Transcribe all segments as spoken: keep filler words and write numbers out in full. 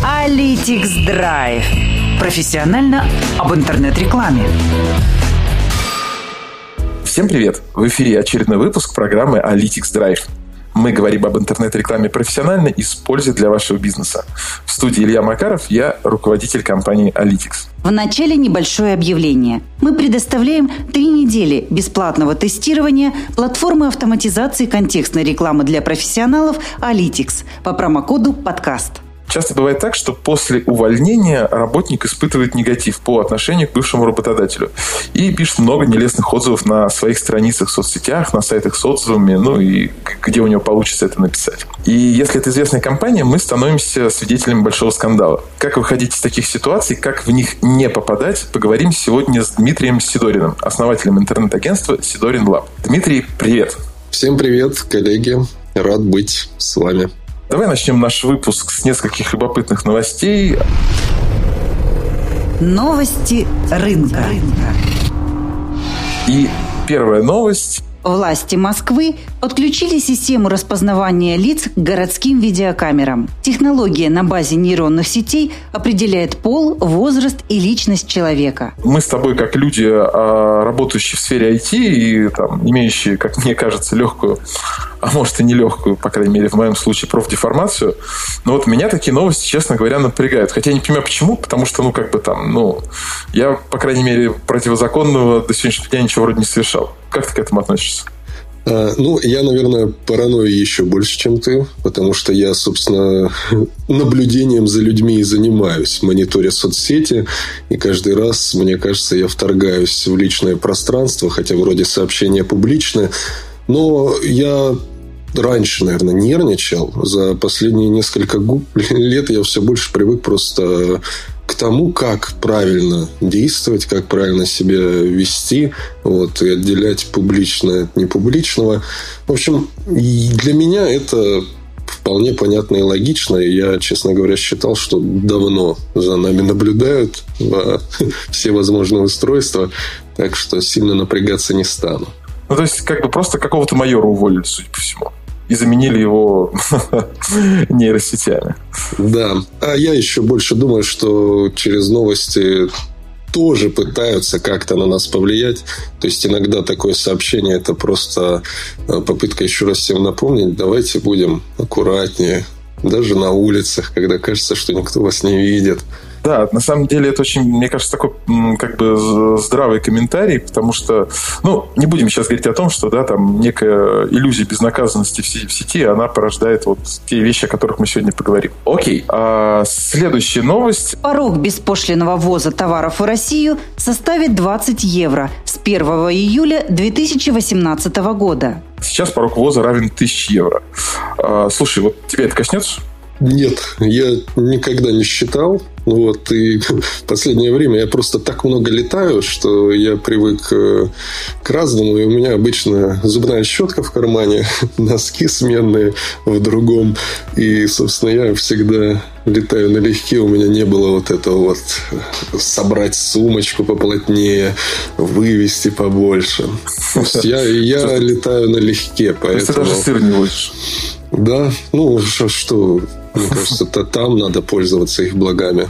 Analytics Drive. Профессионально об интернет-рекламе. Всем привет! В эфире очередной выпуск программы Analytics Drive. Мы говорим об интернет-рекламе профессионально и с пользой для вашего бизнеса. В студии Илья Макаров, я руководитель компании Analytics. В начале небольшое объявление. Мы предоставляем три недели бесплатного тестирования платформы автоматизации контекстной рекламы для профессионалов Analytics по промокоду «Подкаст». Часто бывает так, что после увольнения работник испытывает негатив по отношению к бывшему работодателю и пишет много нелестных отзывов на своих страницах в соцсетях, на сайтах с отзывами, ну и где у него получится это написать. И если это известная компания, мы становимся свидетелями большого скандала. Как выходить из таких ситуаций, как в них не попадать, поговорим сегодня с Дмитрием Сидориным, основателем интернет-агентства Сидорин Лаб. Дмитрий, привет! Всем привет, коллеги! Рад быть с вами. Давай начнем наш выпуск с нескольких любопытных новостей. Новости рынка. И первая новость. Власти Москвы подключили систему распознавания лиц к городским видеокамерам. Технология на базе нейронных сетей определяет пол, возраст и личность человека. Мы с тобой, как люди, работающие в сфере ай ти и там, имеющие, как мне кажется, легкую, а может и нелегкую, по крайней мере, в моем случае, профдеформацию, но вот меня такие новости, честно говоря, напрягают. Хотя я не понимаю, почему, потому что, ну, как бы там, ну, я, по крайней мере, противозаконного до сегодняшнего дня ничего вроде не совершал. Как ты к этому относишься? А, ну, я, наверное, паранойю еще больше, чем ты, потому что я, собственно, наблюдением за людьми и занимаюсь, мониторя соцсети, и каждый раз, мне кажется, я вторгаюсь в личное пространство, хотя вроде сообщения публичные, но я раньше, наверное, нервничал. За последние несколько лет я все больше привык просто к тому, как правильно действовать, как правильно себя вести, вот, и отделять публичное от непубличного. В общем, для меня это вполне понятно и логично. И я, честно говоря, считал, что давно за нами наблюдают все возможные устройства, так что сильно напрягаться не стану. Ну, то есть, как бы просто какого-то майора уволили, судя по всему. И заменили его нейросетями. Да. А я еще больше думаю, что через новости тоже пытаются как-то на нас повлиять. То есть, иногда такое сообщение – это просто попытка еще раз всем напомнить: давайте будем аккуратнее. Даже на улицах, когда кажется, что никто вас не видит. Да, на самом деле это очень, мне кажется, такой как бы здравый комментарий, потому что, ну, не будем сейчас говорить о том, что, да, там некая иллюзия безнаказанности в сети, она порождает вот те вещи, о которых мы сегодня поговорим. Окей, а следующая новость. Порог беспошлинного ввоза товаров в Россию составит двадцать евро с первого июля две тысячи восемнадцатого года. Сейчас порог ввоза равен тысяче евро. А, слушай, вот тебя это коснется? Нет, я никогда не считал. Вот, и в последнее время я просто так много летаю, что я привык к разному. И у меня обычно зубная щетка в кармане, носки сменные в другом. И, собственно, я всегда летаю налегке. У меня не было вот этого вот собрать сумочку поплотнее, вывести побольше. То есть я, я летаю налегке. Поэтому... Ты даже сыр не возишь. Да, ну что, что, мне кажется, то там надо пользоваться их благами.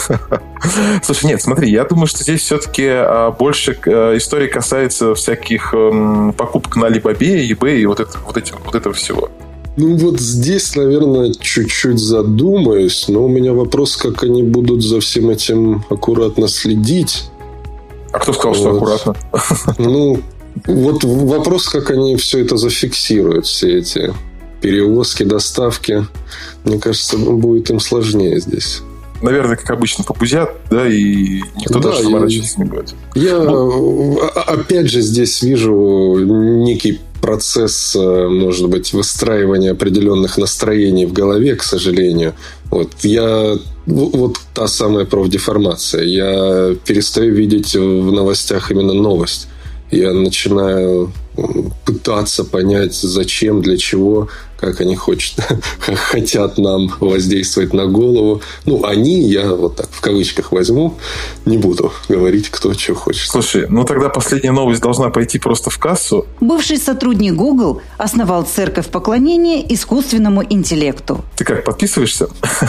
Слушай, нет, смотри, я думаю, что здесь все-таки больше истории касается всяких покупок на Alibaba, eBay и вот, это, вот, этим, вот этого всего. Ну, вот здесь, наверное, чуть-чуть задумаюсь, но у меня вопрос, как они будут за всем этим аккуратно следить. А кто сказал, вот. Что аккуратно? Ну, вот вопрос, как они все это зафиксируют, все эти... перевозки, доставки. Мне кажется, будет им сложнее здесь. Наверное, как обычно, побузят, да, и никто да, даже заморачиваться не будет. Я, ну, опять же, здесь вижу некий процесс, может быть, выстраивания определенных настроений в голове, к сожалению. Вот я... Вот та самая профдеформация. Я перестаю видеть в новостях именно новость. Я начинаю пытаться понять, зачем, для чего. как они хочет, хотят нам воздействовать на голову. Ну, они, я вот так в кавычках возьму, не буду говорить, кто что хочет. Слушай, ну тогда последняя новость должна пойти просто в кассу. Бывший сотрудник Google основал церковь поклонения искусственному интеллекту. Ты как, подписываешься?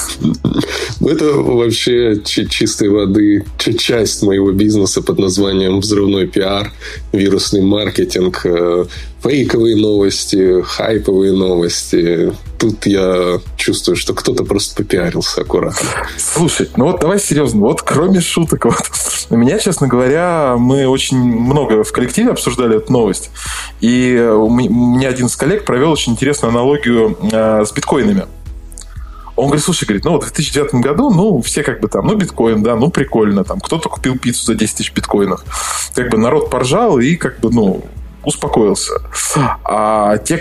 Это вообще чистой воды часть моего бизнеса под названием взрывной пиар, вирусный маркетинг, фейковые новости, хайповые новости. Тут я чувствую, что кто-то просто попиарился аккуратно. Слушай, ну вот давай серьезно. Вот кроме шуток, вот, у меня, честно говоря, мы очень много в коллективе обсуждали эту новость. И у меня один из коллег провел очень интересную аналогию э, с биткоинами. Он говорит, слушай, говорит, ну, вот в две тысячи девятом году, ну, все как бы там, ну, биткоин, да, ну, прикольно, там, кто-то купил пиццу за десять тысяч биткоинов. Как бы народ поржал и как бы, ну, успокоился. А те,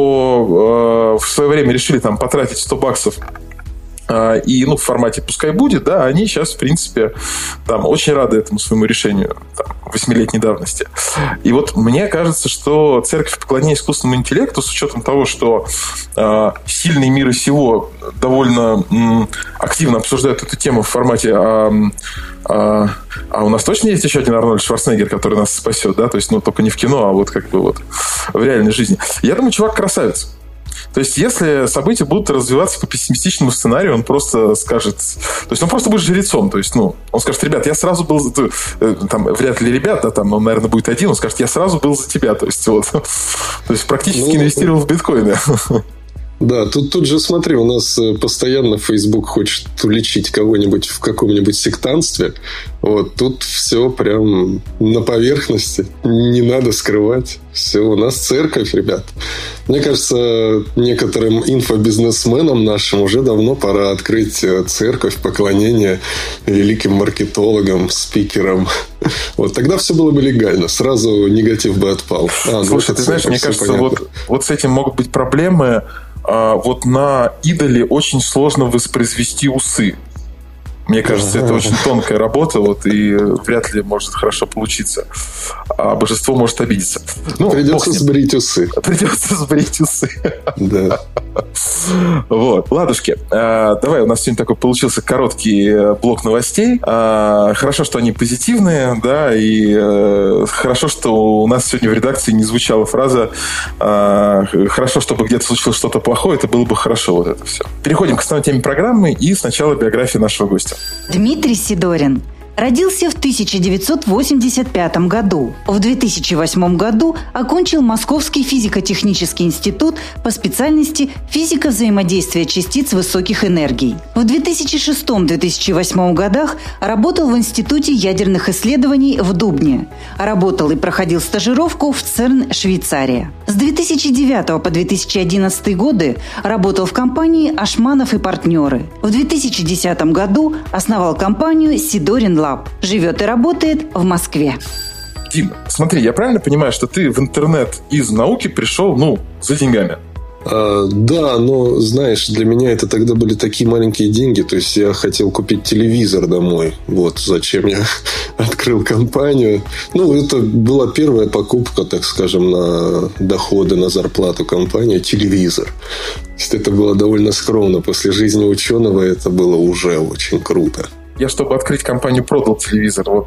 кто э, в свое время решили там потратить сто баксов э, и, ну, в формате пускай будет, да, они сейчас, в принципе, там, очень рады этому своему решению, там, восьмилетней давности. И вот мне кажется, что церковь поклонения искусственному интеллекту, с учетом того, что э, сильные мира сего довольно м, активно обсуждают эту тему в формате э, э, а у нас точно есть еще один Арнольд Шварценеггер, который нас спасет, да, то есть, ну, только не в кино, а вот как бы вот в реальной жизни. Я думаю, чувак красавец. То есть, если события будут развиваться по пессимистичному сценарию, он просто скажет... То есть, он просто будет жрецом. То есть, ну, он скажет, ребят, я сразу был... За... Там, вряд ли ребят, да, там, он, наверное, будет один. Он скажет, я сразу был за тебя. То есть, вот. То есть, практически ну, инвестировал в биткоины. Да, тут, тут же смотри, у нас постоянно Facebook хочет уличить кого-нибудь в каком-нибудь сектантстве. Вот тут все прям на поверхности. Не надо скрывать. Все, у нас церковь, ребят. Мне кажется, некоторым инфобизнесменам нашим уже давно пора открыть церковь поклонения великим маркетологам, спикерам. Вот тогда все было бы легально. Сразу негатив бы отпал. А, слушай, ну, ты знаешь, мне кажется, вот, вот с этим могут быть проблемы. А, вот на идоле очень сложно воспроизвести усы. Мне кажется, это очень тонкая работа, вот, и вряд ли может хорошо получиться. А божество может обидеться. Ну, придется сбрить усы. Придется сбрить усы. Да. Вот. Ладушки, давай, у нас сегодня такой получился короткий блок новостей. Хорошо, что они позитивные, да, и хорошо, что у нас сегодня в редакции не звучала фраза «хорошо, чтобы где-то случилось что-то плохое, это было бы хорошо». Вот это все. Переходим к основной теме программы и сначала биография нашего гостя. Дмитрий Сидорин родился в тысяча девятьсот восемьдесят пятом году. В две тысячи восьмом году окончил Московский физико-технический институт по специальности физика взаимодействия частиц высоких энергий. В две тысячи шестом — две тысячи восьмом годах работал в Институте ядерных исследований в Дубне. Работал и проходил стажировку в ЦЕРН, Швейцария. С две тысячи девятого по две тысячи одиннадцатый годы работал в компании «Ашманов и партнеры». В две тысячи десятом году основал компанию «Сидорин Лаб». Живет и работает в Москве. Дим, смотри, я правильно понимаю, что ты в интернет из науки пришел, ну, за деньгами? А, да, но, знаешь, для меня это тогда были такие маленькие деньги. То есть, я хотел купить телевизор домой. Вот зачем я открыл компанию. Ну, это была первая покупка, так скажем, на доходы, на зарплату компании. Телевизор. То есть, это было довольно скромно. После жизни ученого это было уже очень круто. Я, чтобы открыть компанию, продал телевизор. Вот.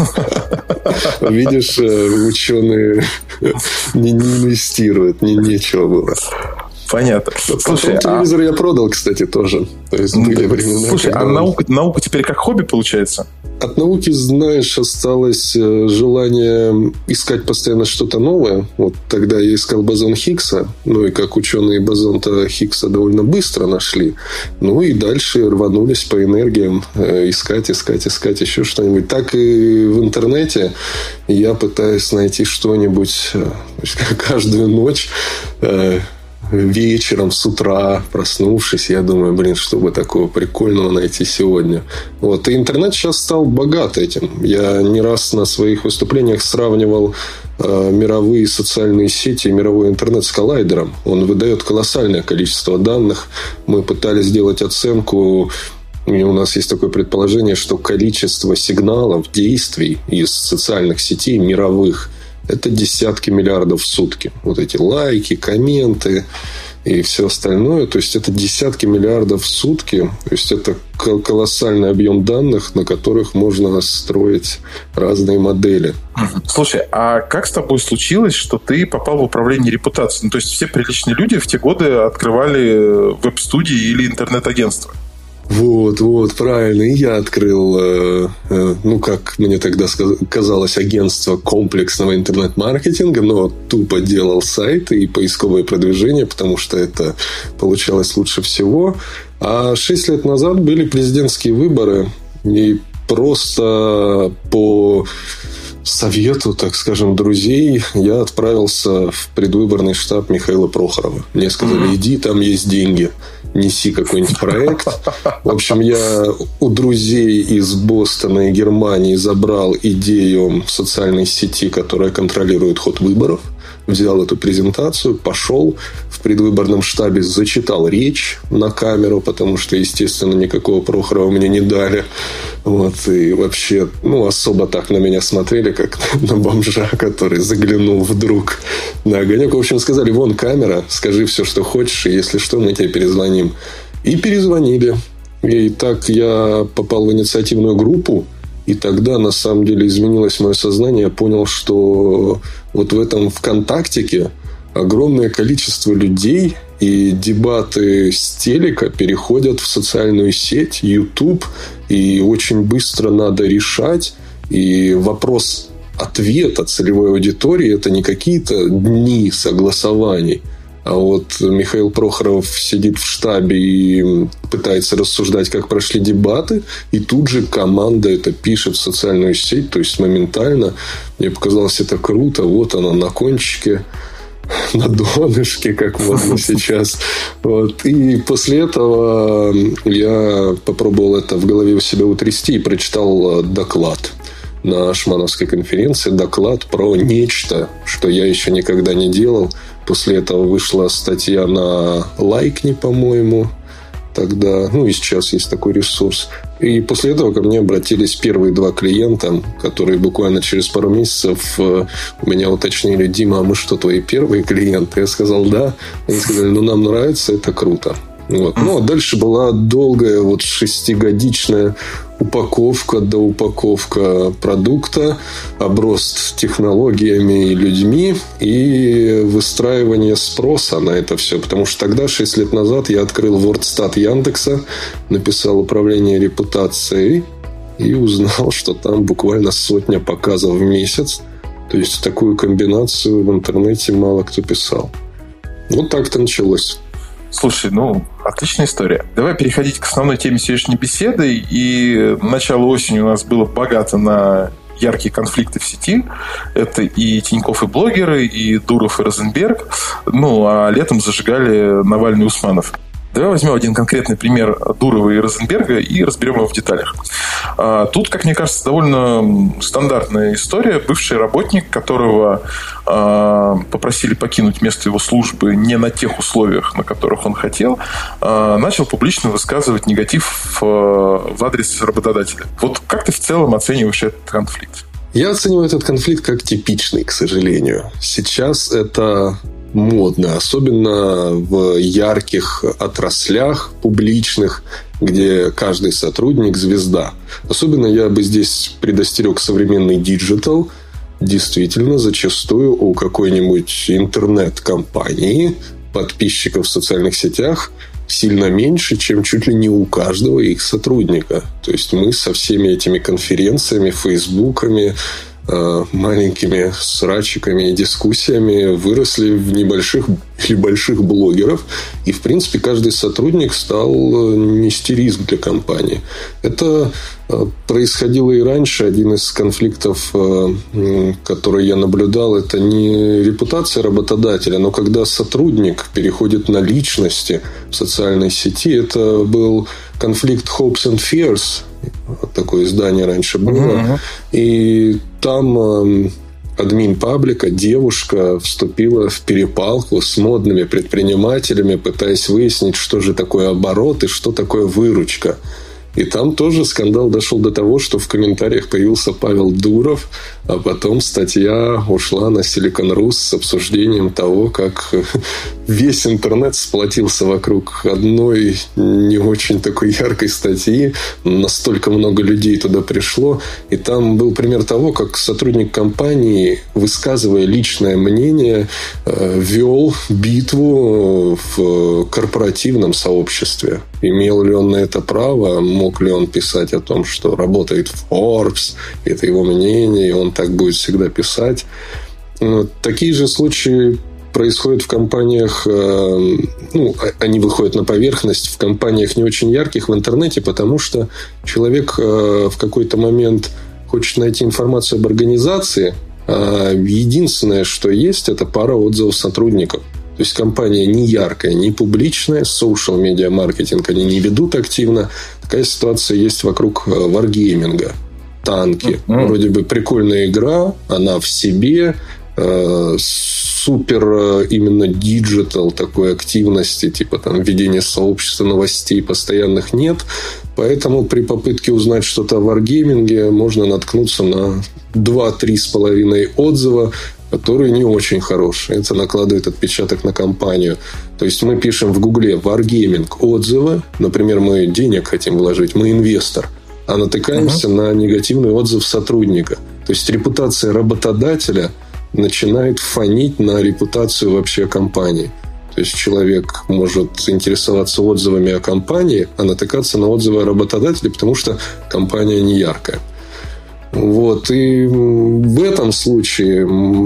Видишь, ученые не, не инвестируют, не, нечего было. Понятно. Слушай, а... телевизор я продал, кстати, тоже. То есть, были времена, слушай, когда... а наука, наука теперь как хобби получается? От науки, знаешь, осталось желание искать постоянно что-то новое. Вот тогда я искал бозон Хиггса. Ну, и как ученые бозон-то Хиггса довольно быстро нашли. Ну, и дальше рванулись по энергиям. Искать, искать, искать еще что-нибудь. Так и в интернете я пытаюсь найти что-нибудь каждую ночь... вечером, с утра, проснувшись, я думаю, блин, что бы такого прикольного найти сегодня. Вот. И интернет сейчас стал богат этим. Я не раз на своих выступлениях сравнивал э, мировые социальные сети и мировой интернет с коллайдером. Он выдает колоссальное количество данных. Мы пытались сделать оценку. И у нас есть такое предположение, что количество сигналов, действий из социальных сетей мировых — это десятки миллиардов в сутки. Вот эти лайки, комменты и все остальное. То есть, это десятки миллиардов в сутки. То есть, это колоссальный объем данных, на которых можно строить разные модели. Слушай, а как с тобой случилось, что ты попал в управление репутацией? Ну, то есть, все приличные люди в те годы открывали веб-студии или интернет-агентства. Вот, вот, правильно. И я открыл, э, э, ну, как мне тогда казалось, агентство комплексного интернет-маркетинга, но тупо делал сайты и поисковое продвижение, потому что это получалось лучше всего. А шесть лет назад были президентские выборы, и просто по совету, так скажем, друзей, я отправился в предвыборный штаб Михаила Прохорова. Мне сказали, иди, там есть деньги, неси какой-нибудь проект. В общем, я у друзей из Бостона и Германии забрал идею социальной сети, которая контролирует ход выборов. Взял эту презентацию, пошел в предвыборном штабе, зачитал речь на камеру, потому что, естественно, никакого Прохорова мне не дали. Вот, и вообще, ну, особо так на меня смотрели, как на бомжа, который заглянул вдруг на огонек. В общем, сказали, вон камера, скажи все, что хочешь, и если что, мы тебе перезвоним. И перезвонили. И так я попал в инициативную группу. И тогда, на самом деле, изменилось мое сознание. Я понял, что вот в этом ВКонтактике огромное количество людей, и дебаты с телека переходят в социальную сеть, YouTube, и очень быстро надо решать. И вопрос ответа целевой аудитории – это не какие-то дни согласований. А вот Михаил Прохоров сидит в штабе и пытается рассуждать, как прошли дебаты, и тут же команда это пишет в социальную сеть, то есть моментально. Мне показалось это круто. Вот оно на кончике, на донышке, как модно сейчас. Вот. И после этого я попробовал это в голове у себя утрясти и прочитал доклад на Шмановской конференции. Доклад про нечто, что я еще никогда не делал. После этого вышла статья на Лайкни, по-моему, тогда. Ну, и сейчас есть такой ресурс. И после этого ко мне обратились первые два клиента, которые буквально через пару месяцев у меня уточнили: Дима, а мы что, твои первые клиенты? Я сказал, да. Они сказали, ну, нам нравится, это круто. Вот. Ну, а дальше была долгая вот шестигодичная упаковка до упаковка продукта, оброс технологиями и людьми и выстраивание спроса на это все. Потому что тогда, шесть лет назад, я открыл WordStat Яндекса, написал управление репутацией и узнал, что там буквально сотня показов в месяц. То есть, такую комбинацию в интернете мало кто писал. Вот так это началось. Слушай, ну, отличная история. Давай переходить к основной теме сегодняшней беседы. И начало осени у нас было богато на яркие конфликты в сети. Это и Тинькофф, и блогеры, и Дуров, и Розенберг. Ну, а летом зажигали Навальный, Усманов. Давай возьмем один конкретный пример Дурова и Розенберга и разберем его в деталях. Тут, как мне кажется, довольно стандартная история. Бывший работник, которого попросили покинуть место его службы не на тех условиях, на которых он хотел, начал публично высказывать негатив в адрес работодателя. Вот как ты в целом оцениваешь этот конфликт? Я оцениваю этот конфликт как типичный, к сожалению. Сейчас это модно, особенно в ярких отраслях публичных, где каждый сотрудник звезда. Особенно я бы здесь предостерег современный диджитал. Действительно, зачастую у какой-нибудь интернет-компании подписчиков в социальных сетях сильно меньше, чем чуть ли не у каждого их сотрудника. То есть мы со всеми этими конференциями, фейсбуками, маленькими срачиками и дискуссиями выросли в небольших или больших блогеров. И, в принципе, каждый сотрудник стал нести риск для компании. Это происходило и раньше. Один из конфликтов, который я наблюдал, это не репутация работодателя, но когда сотрудник переходит на личности в социальной сети. Это был конфликт Hopes and Fears. Такое издание раньше было. Uh-huh. И там э, админ паблика, девушка, вступила в перепалку с модными предпринимателями, пытаясь выяснить, что же такое оборот и что такое выручка. И там тоже скандал дошел до того, что в комментариях появился Павел Дуров, А потом статья ушла на Silicon Rus с обсуждением того, как весь интернет сплотился вокруг одной не очень такой яркой статьи. Настолько много людей туда пришло. И там был пример того, как сотрудник компании, высказывая личное мнение, вел битву в корпоративном сообществе. Имел ли он на это право? Мог ли он писать о том, что работает в Forbes? Это его мнение, и он так будет всегда писать. Такие же случаи происходят в компаниях, ну, они выходят на поверхность в компаниях не очень ярких в интернете, потому что человек в какой-то момент хочет найти информацию об организации, а единственное, что есть, это пара отзывов сотрудников. То есть компания не яркая, не публичная, social media маркетинг они не ведут активно. Такая ситуация есть вокруг варгейминга. Танки. Mm-hmm. Вроде бы прикольная игра, она в себе, э, супер именно диджитал такой активности, типа там ведения сообщества, новостей постоянных нет. Поэтому при попытке узнать что-то о варгейминге можно наткнуться на два-три с половиной отзыва, которые не очень хорошие. Это накладывает отпечаток на компанию. То есть мы пишем в Гугле Wargaming отзывы. Например, мы денег хотим вложить, мы инвестор. А натыкаемся uh-huh. на негативный отзыв сотрудника. То есть репутация работодателя начинает фонить на репутацию вообще компании. То есть человек может интересоваться отзывами о компании, а натыкаться на отзывы о работодателе, потому что компания не яркая. Вот. И в этом случае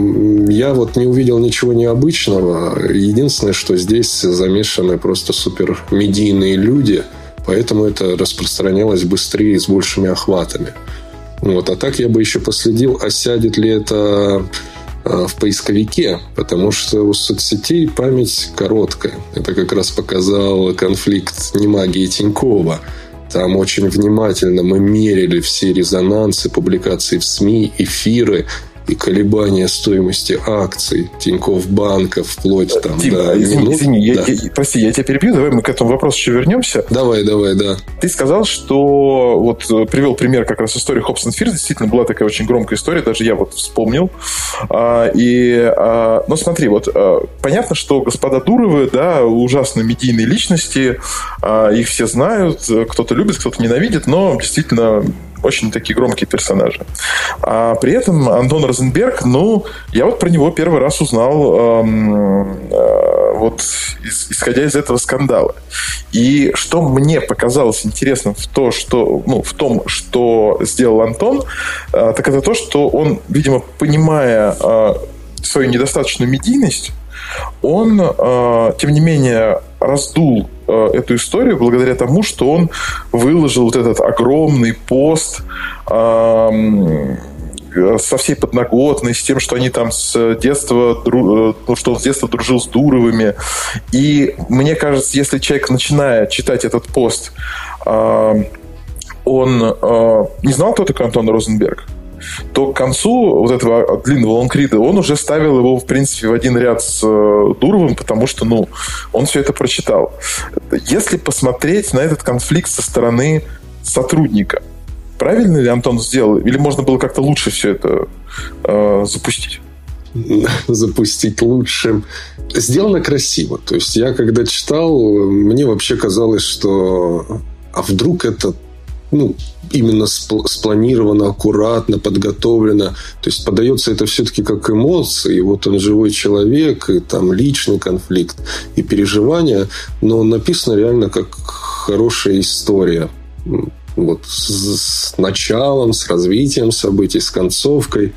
я вот не увидел ничего необычного. Единственное, что здесь замешаны просто супер медийные люди, поэтому это распространялось быстрее и с большими охватами. Вот. А так я бы еще последил, а сядет ли это в поисковике, потому что у соцсетей память короткая. Это как раз показал конфликт Немаги и Тинькова. Там очень внимательно мы мерили все резонансы, публикации в СМИ, эфиры и колебания стоимости акций Тинькофф банка вплоть там Тим, до извини, минут. извини Да. я, я, прости, я тебя перебью, давай мы к этому вопросу еще вернемся. Давай, давай, да. Ты сказал, что вот привел пример как раз истории Hobbs энд Фирс. Действительно, была такая очень громкая история, даже я вот вспомнил. А, и, а, ну, смотри, вот а, понятно, что господа Дуровы, да, ужасно медийные личности, а, их все знают, кто-то любит, кто-то ненавидит, но действительно очень такие громкие персонажи. А при этом Антон Розенберг, ну, я вот про него первый раз узнал эм, э, вот из, исходя из этого скандала. И что мне показалось интересным в, то, что, ну, в том, что сделал Антон, э, так это то, что он, видимо, понимая э, свою недостаточную медийность, он, э, тем не менее, раздул э, эту историю благодаря тому, что он выложил вот этот огромный пост э, со всей подноготной, с тем, что они там с детства, дру, ну, что он с детства дружил с Дуровыми. И мне кажется, если человек начинает читать этот пост, э, он э, не знал, кто такой Антон Розенберг, то к концу вот этого длинного лонгрида он уже ставил его, в принципе, в один ряд с Дуровым, потому что, ну, он все это прочитал. Если посмотреть на этот конфликт со стороны сотрудника, правильно ли Антон сделал? Или можно было как-то лучше все это э, запустить? Запустить лучше. Сделано красиво. То есть я, когда читал, мне вообще казалось, что а вдруг это ну, именно спланировано, аккуратно, подготовлено. То есть подается это все-таки как эмоции. И вот он живой человек, и там личный конфликт, и переживания. Но написано реально как хорошая история. Вот с началом, с развитием событий, с концовкой.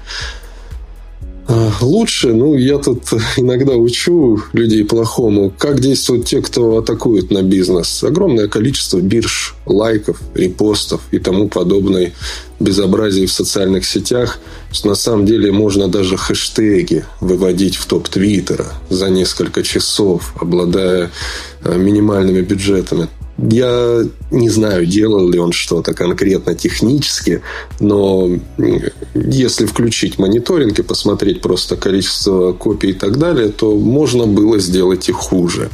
Лучше, ну, я тут иногда учу людей плохому, как действуют те, кто атакует на бизнес. Огромное количество бирж, лайков, репостов и тому подобной безобразий в социальных сетях. На самом деле можно даже хэштеги выводить в топ Твиттера за несколько часов, обладая минимальными бюджетами. Я не знаю, делал ли он что-то конкретно технически, но если включить мониторинг и посмотреть просто количество копий и так далее, то можно было сделать и хуже.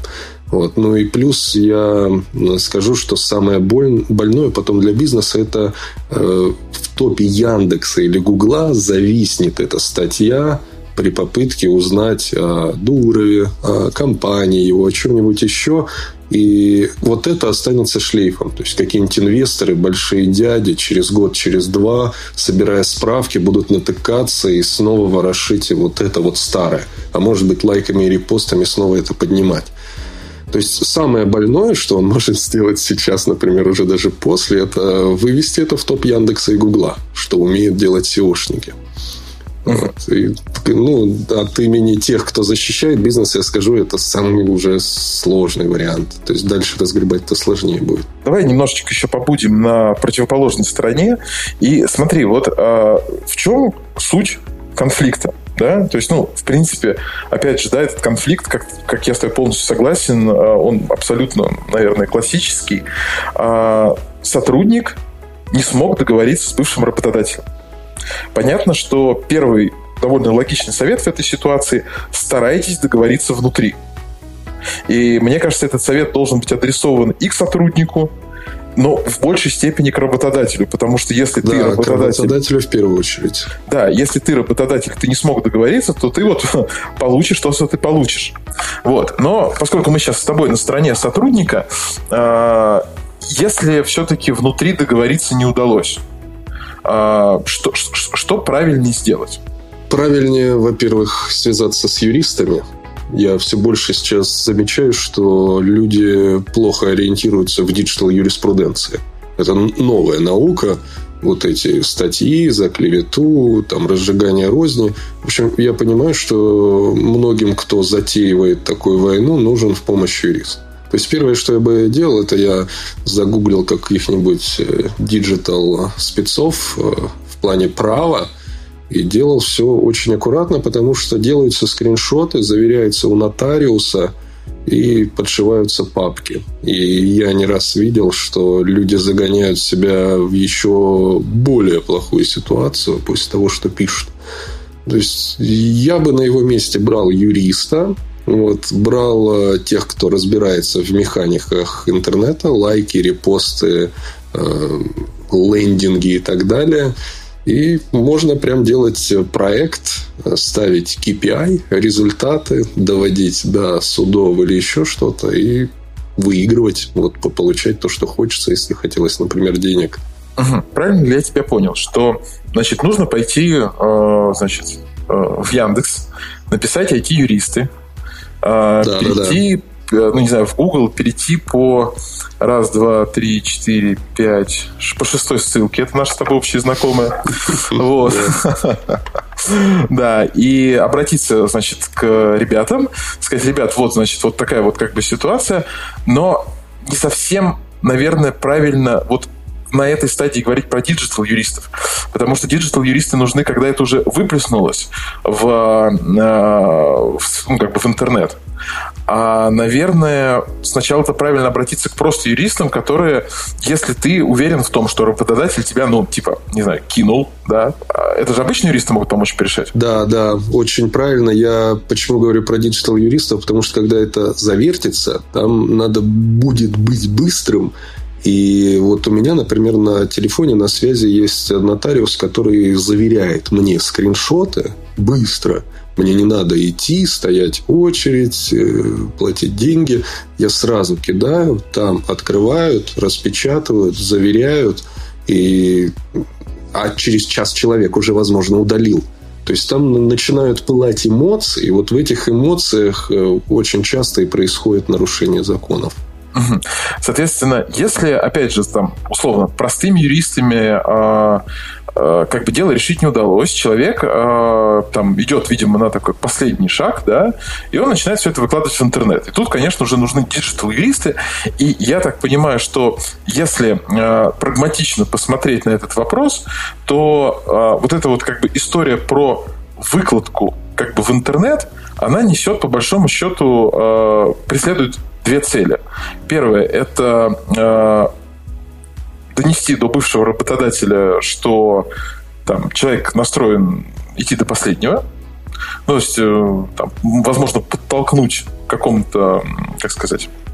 Вот. Ну и плюс я скажу, что самое боль... больное потом для бизнеса – это э, в топе Яндекса или Гугла зависнет эта статья при попытке узнать о Дурове, о компании его, о чем-нибудь еще. И вот это останется шлейфом. То есть, какие-нибудь инвесторы, большие дяди, через год, через два, собирая справки, будут натыкаться и снова ворошить вот это вот старое. А может быть, лайками и репостами снова это поднимать. То есть, самое больное, что он может сделать сейчас, например, уже даже после, это вывести это в топ Яндекса и Гугла, что умеют делать сеошники. Вот. И, ну, от имени тех, кто защищает бизнес, я скажу, это самый уже сложный вариант. То есть, дальше разгребать-то сложнее будет. Давай немножечко еще побудем на противоположной стороне. И смотри, вот а, в чем суть конфликта? Да? То есть, ну, в принципе, опять же, да, этот конфликт, как, как я с тобой полностью согласен, он абсолютно, наверное, классический. А, сотрудник не смог договориться с бывшим работодателем. Понятно, что первый довольно логичный совет в этой ситуации – старайтесь договориться внутри. И мне кажется, этот совет должен быть адресован и к сотруднику, но в большей степени к работодателю, потому что если да, ты работодатель... к работодателю в первую очередь. Да, если ты работодатель, ты не смог договориться, то ты вот получишь то, что ты получишь. Вот. Но поскольку мы сейчас с тобой на стороне сотрудника, если все-таки внутри договориться не удалось, что, что, что правильнее сделать? Правильнее, во-первых, связаться с юристами. Я все больше сейчас замечаю, что люди плохо ориентируются в диджитал-юриспруденции. Это новая наука. Вот эти статьи за клевету, там, разжигание розни. В общем, я понимаю, что многим, кто затеивает такую войну, нужен в помощь юрист. То есть, первое, что я бы делал, это я загуглил каких-нибудь диджитал-спецов в плане права и делал все очень аккуратно, потому что делаются скриншоты, заверяются у нотариуса и подшиваются папки. И я не раз видел, что люди загоняют себя в еще более плохую ситуацию после того, что пишут. То есть, я бы на его месте брал юриста, вот, брал тех, кто разбирается в механиках интернета, лайки, репосты, э, лендинги и так далее. И можно прям делать проект, ставить кей пи ай, результаты, доводить до судов или еще что-то и выигрывать, вот, получать то, что хочется, если хотелось, например, денег. Угу. Правильно ли я тебя понял, что, значит, нужно пойти, э, значит, э, в Яндекс, написать ай ти-юристы, Да, перейти, да, да. ну, не знаю, в Google, перейти по раз, два, три, четыре, пять, по шестой ссылке. Это наша с тобой общая знакомая. Вот. Да, и обратиться, значит, к ребятам, сказать: ребят, вот, значит, вот такая вот как бы ситуация, но не совсем, наверное, правильно вот на этой стадии говорить про диджитал-юристов. Потому что диджитал-юристы нужны, когда это уже выплеснулось в, в, ну, как бы в интернет. А, наверное, сначала это правильно обратиться к просто юристам, которые, если ты уверен в том, что работодатель тебя, ну, типа, не знаю, кинул, да, это же обычные юристы могут помочь порешать. Да, да, очень правильно. Я почему говорю про диджитал-юристов? Потому что, когда это завертится, там надо будет быть быстрым. И вот у меня, например, на телефоне на связи есть нотариус, который заверяет мне скриншоты быстро. Мне не надо идти, стоять в очередь, платить деньги. Я сразу кидаю, там открывают, распечатывают, заверяют. И... А через час человек уже, возможно, удалил. То есть, там начинают пылать эмоции. И вот в этих эмоциях очень часто и происходит нарушение законов. Соответственно, если, опять же, там, условно, простыми юристами э, э, как бы дело решить не удалось, человек э, там идет, видимо, на такой последний шаг, да, и он начинает все это выкладывать в интернет. И тут, конечно, уже нужны диджитал-юристы. И я так понимаю, что если э, прагматично посмотреть на этот вопрос, то э, вот эта вот как бы история про выкладку как бы в интернет, она несет, по большому счету, э, преследует две цели. Первое – это э, донести до бывшего работодателя, что там, человек настроен идти до последнего. Ну, то есть, э, там, возможно, подтолкнуть к какому-то, как сказать,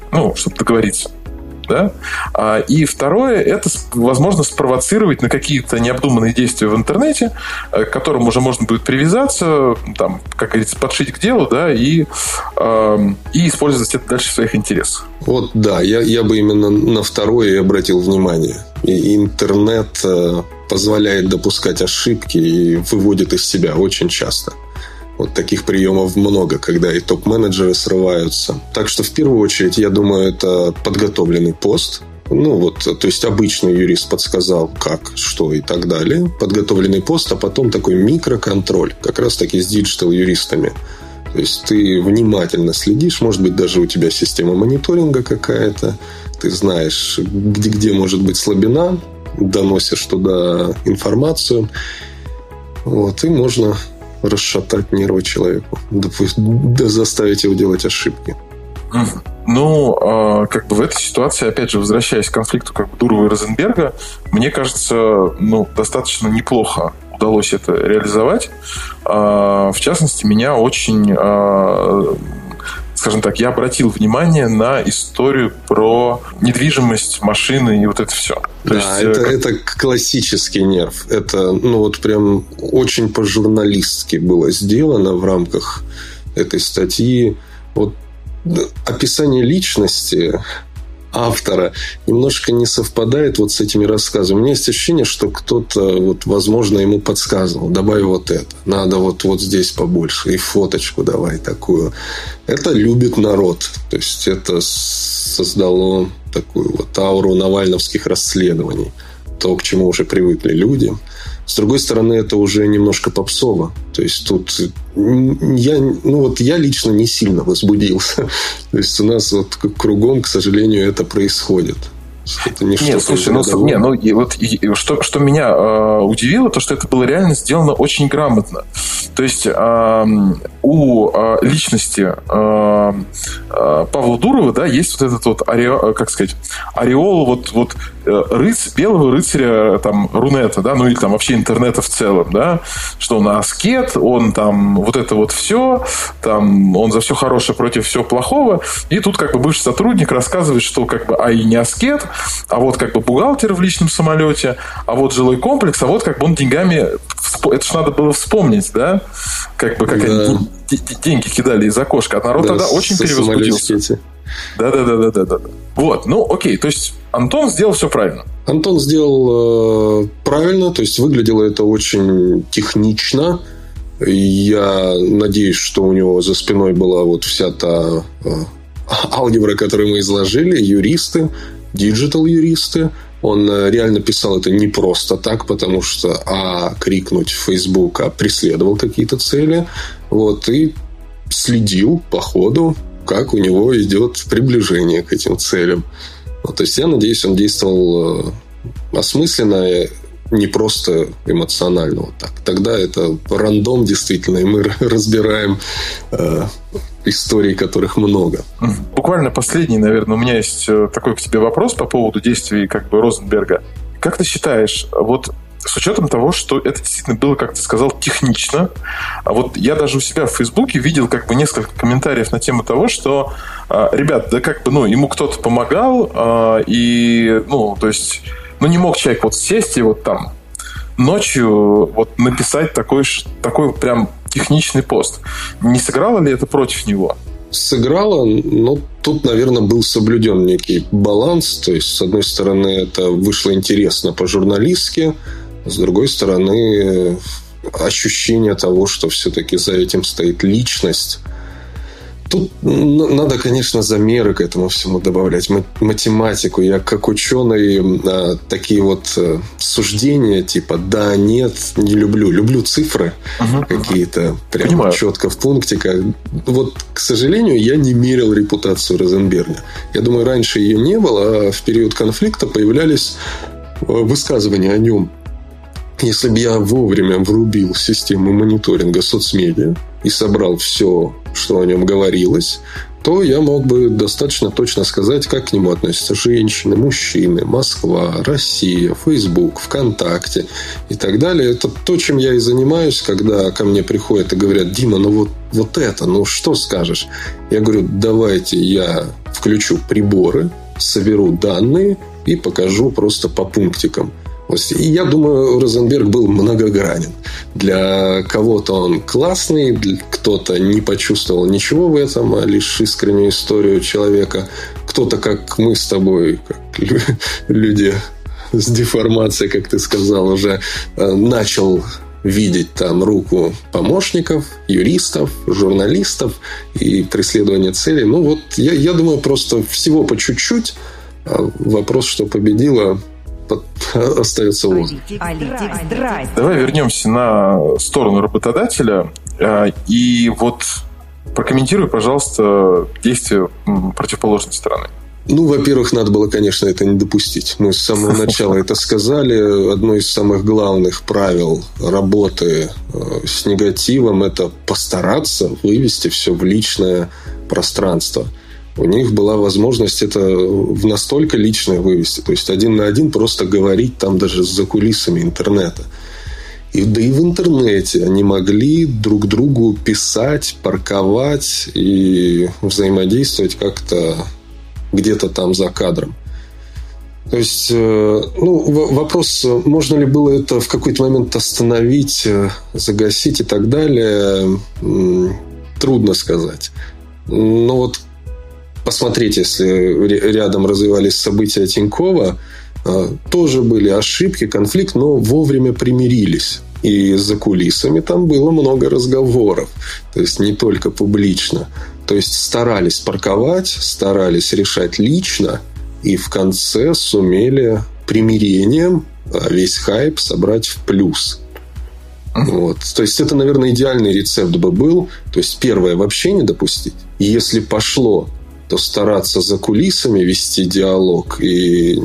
ну, чтобы договориться. Да? И второе, это, возможно, спровоцировать на какие-то необдуманные действия в интернете, к которым уже можно будет привязаться, там, как говорится, подшить к делу, да, и, и использовать это дальше в своих интересах. Вот, да, я, я бы именно на второе и обратил внимание. И интернет позволяет допускать ошибки и выводит из себя очень часто. Вот таких приемов много, когда и топ-менеджеры срываются. Так что, в первую очередь, я думаю, это подготовленный пост. Ну, вот, то есть, обычный юрист подсказал, как, что и так далее. Подготовленный пост, а потом такой микроконтроль. Как раз-таки с диджитал-юристами. То есть, ты внимательно следишь. Может быть, даже у тебя система мониторинга какая-то. Ты знаешь, где, где может быть слабина. Доносишь туда информацию. Вот, и можно расшатать нервы человеку, да, да заставить его делать ошибки. Ну, как бы в этой ситуации, опять же, возвращаясь к конфликту как бы Дурова и Розенберга, мне кажется, ну, достаточно неплохо удалось это реализовать. В частности, меня очень, скажем так, я обратил внимание на историю про недвижимость, машины и вот это все. То да, есть, это, как... это классический нерв. Это, ну, вот прям очень по-журналистски было сделано в рамках этой статьи. Вот описание личности автора немножко не совпадает вот с этими рассказами. У меня есть ощущение, что кто-то, вот, возможно, ему подсказывал: добавь вот это, надо вот, вот здесь побольше, и фоточку давай такую. Это любит народ. То есть, это создало такую вот ауру навальновских расследований. То, к чему уже привыкли люди. С другой стороны, это уже немножко попсово. То есть, тут я, ну, вот я лично не сильно возбудился. То есть, у нас вот кругом, к сожалению, это происходит. Это не Нет, слушай, ну, не, ну и вот и, что, что меня э, удивило, то, что это было реально сделано очень грамотно. То есть э, у э, личности э, э, Павла Дурова, да, есть вот этот вот ореол, как сказать, ореол вот, вот рыц, белого рыцаря там Рунета, да, ну или там вообще интернета в целом, да, что он аскет, он там вот это вот все, там он за все хорошее против всего плохого, и тут как бы бывший сотрудник рассказывает, что как бы а и не аскет, а вот как бы бухгалтер в личном самолете, а вот жилой комплекс, а вот как бы он деньгами, это ж надо было вспомнить, да, как бы как да. они деньги кидали из окошка, а народ да, тогда очень перевозбудился. Да-да-да-да-да. Вот, ну окей, то есть Антон сделал все правильно. Антон сделал э, правильно, то есть выглядело это очень технично. Я надеюсь, что у него за спиной была вот вся та э, алгебра, которую мы изложили, юристы, диджитал-юристы. Он реально писал это не просто так, потому что а крикнуть в Facebook, а преследовал какие-то цели. Вот, и следил по ходу, как у него идет приближение к этим целям. Вот, то есть, я надеюсь, он действовал осмысленно, не просто эмоционально. Вот так. Тогда это рандом действительно, и мы разбираем э, историй, которых много. Буквально последний, наверное, у меня есть такой к тебе вопрос по поводу действий как бы Розенберга. Как ты считаешь, вот с учетом того, что это действительно было, как ты сказал, технично. А вот я даже у себя в Фейсбуке видел как бы несколько комментариев на тему того, что, ребят, да как бы, ну, ему кто-то помогал, и, ну, то есть, ну, не мог человек вот сесть и вот там ночью вот написать такой, такой прям техничный пост. Не сыграло ли это против него? Сыграло, но тут, наверное, был соблюден некий баланс. То есть, с одной стороны, это вышло интересно по-журналистски, с другой стороны, ощущение того, что все-таки за этим стоит личность. Тут надо, конечно, замеры к этому всему добавлять, математику. Я как ученый такие вот суждения типа да, нет, не люблю. Люблю цифры uh-huh, какие-то uh-huh. прям Понимаю. Четко в пунктиках. Вот, к сожалению, я не мерил репутацию Розенберга. Я думаю, раньше ее не было, а в период конфликта появлялись высказывания о нем. Если бы я вовремя врубил систему мониторинга соцмедиа и собрал все, что о нем говорилось, то я мог бы достаточно точно сказать, как к нему относятся женщины, мужчины, Москва, Россия, Facebook, ВКонтакте и так далее. Это то, чем я и занимаюсь, когда ко мне приходят и говорят: Дима, ну вот вот это, ну что скажешь? Я говорю, давайте я включу приборы, соберу данные и покажу просто по пунктикам. И я думаю, Розенберг был многогранен. Для кого-то он классный, кто-то не почувствовал ничего в этом, а лишь искреннюю историю человека. Кто-то, как мы с тобой, как люди с деформацией, как ты сказал, уже начал видеть там руку помощников, юристов, журналистов и преследование целей. Ну вот, я, я думаю, просто всего по чуть-чуть. Вопрос, что победило, остается он. Давай вернемся на сторону работодателя. И вот прокомментируй, пожалуйста, действия противоположной стороны. Ну, во-первых, надо было, конечно, это не допустить. Мы с самого начала это сказали. Одно из самых главных правил работы с негативом – это постараться вывести все в личное пространство. У них была возможность это в настолько личное вывести. То есть, один на один просто говорить там даже за кулисами интернета. И, да и в интернете они могли друг другу писать, парковать и взаимодействовать как-то где-то там за кадром. То есть, ну, вопрос, можно ли было это в какой-то момент остановить, загасить и так далее, трудно сказать. Но вот посмотреть, если рядом развивались события Тинькова, тоже были ошибки, конфликт, но вовремя примирились. И за кулисами там было много разговоров. То есть, не только публично. То есть, старались парковать, старались решать лично. И в конце сумели примирением весь хайп собрать в плюс. Вот. То есть, это, наверное, идеальный рецепт бы был. То есть, первое, вообще не допустить. Если пошло, то стараться за кулисами вести диалог и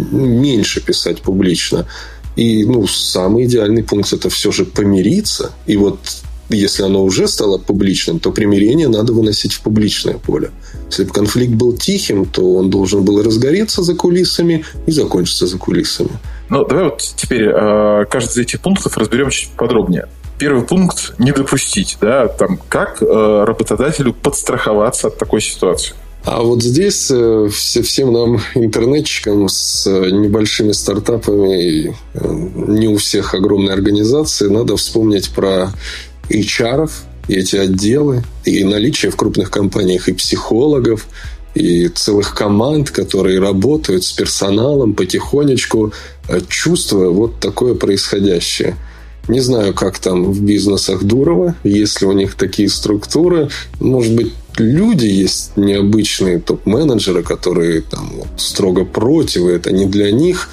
меньше писать публично. И, ну, самый идеальный пункт – это все же помириться. И вот если оно уже стало публичным, то примирение надо выносить в публичное поле. Если бы конфликт был тихим, то он должен был разгореться за кулисами и закончиться за кулисами. Ну, давай вот теперь каждый из этих пунктов разберем чуть подробнее. Первый пункт – не допустить. Да, там, как работодателю подстраховаться от такой ситуации? А вот здесь всем нам, интернетчикам с небольшими стартапами, не у всех огромные организации, надо вспомнить про эйч ар-ов, и эти отделы, и наличие в крупных компаниях и психологов, и целых команд, которые работают с персоналом потихонечку, чувствуя вот такое происходящее. Не знаю, как там в бизнесах Дурова, есть ли у них такие структуры. Может быть, люди есть необычные топ-менеджеры, которые там вот строго против, и это не для них.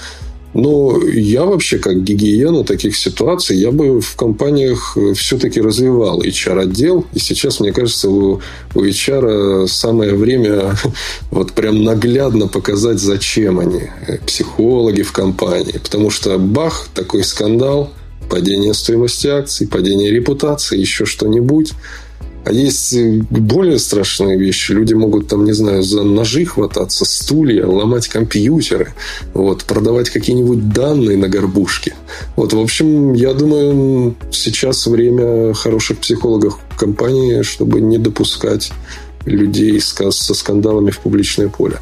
Но я вообще, как гигиену таких ситуаций, я бы в компаниях все-таки развивал эйч ар-отдел. И сейчас, мне кажется, у, у эйч ар самое время вот прям наглядно показать, зачем они, психологи в компании. Потому что бах, такой скандал, падение стоимости акций, падение репутации, еще что-нибудь. А есть более страшные вещи. Люди могут там, не знаю, за ножи хвататься, стулья, ломать компьютеры, вот, продавать какие-нибудь данные на горбушке. Вот, в общем, я думаю, сейчас время хороших психологов в компании, чтобы не допускать людей со скандалами в публичное поле.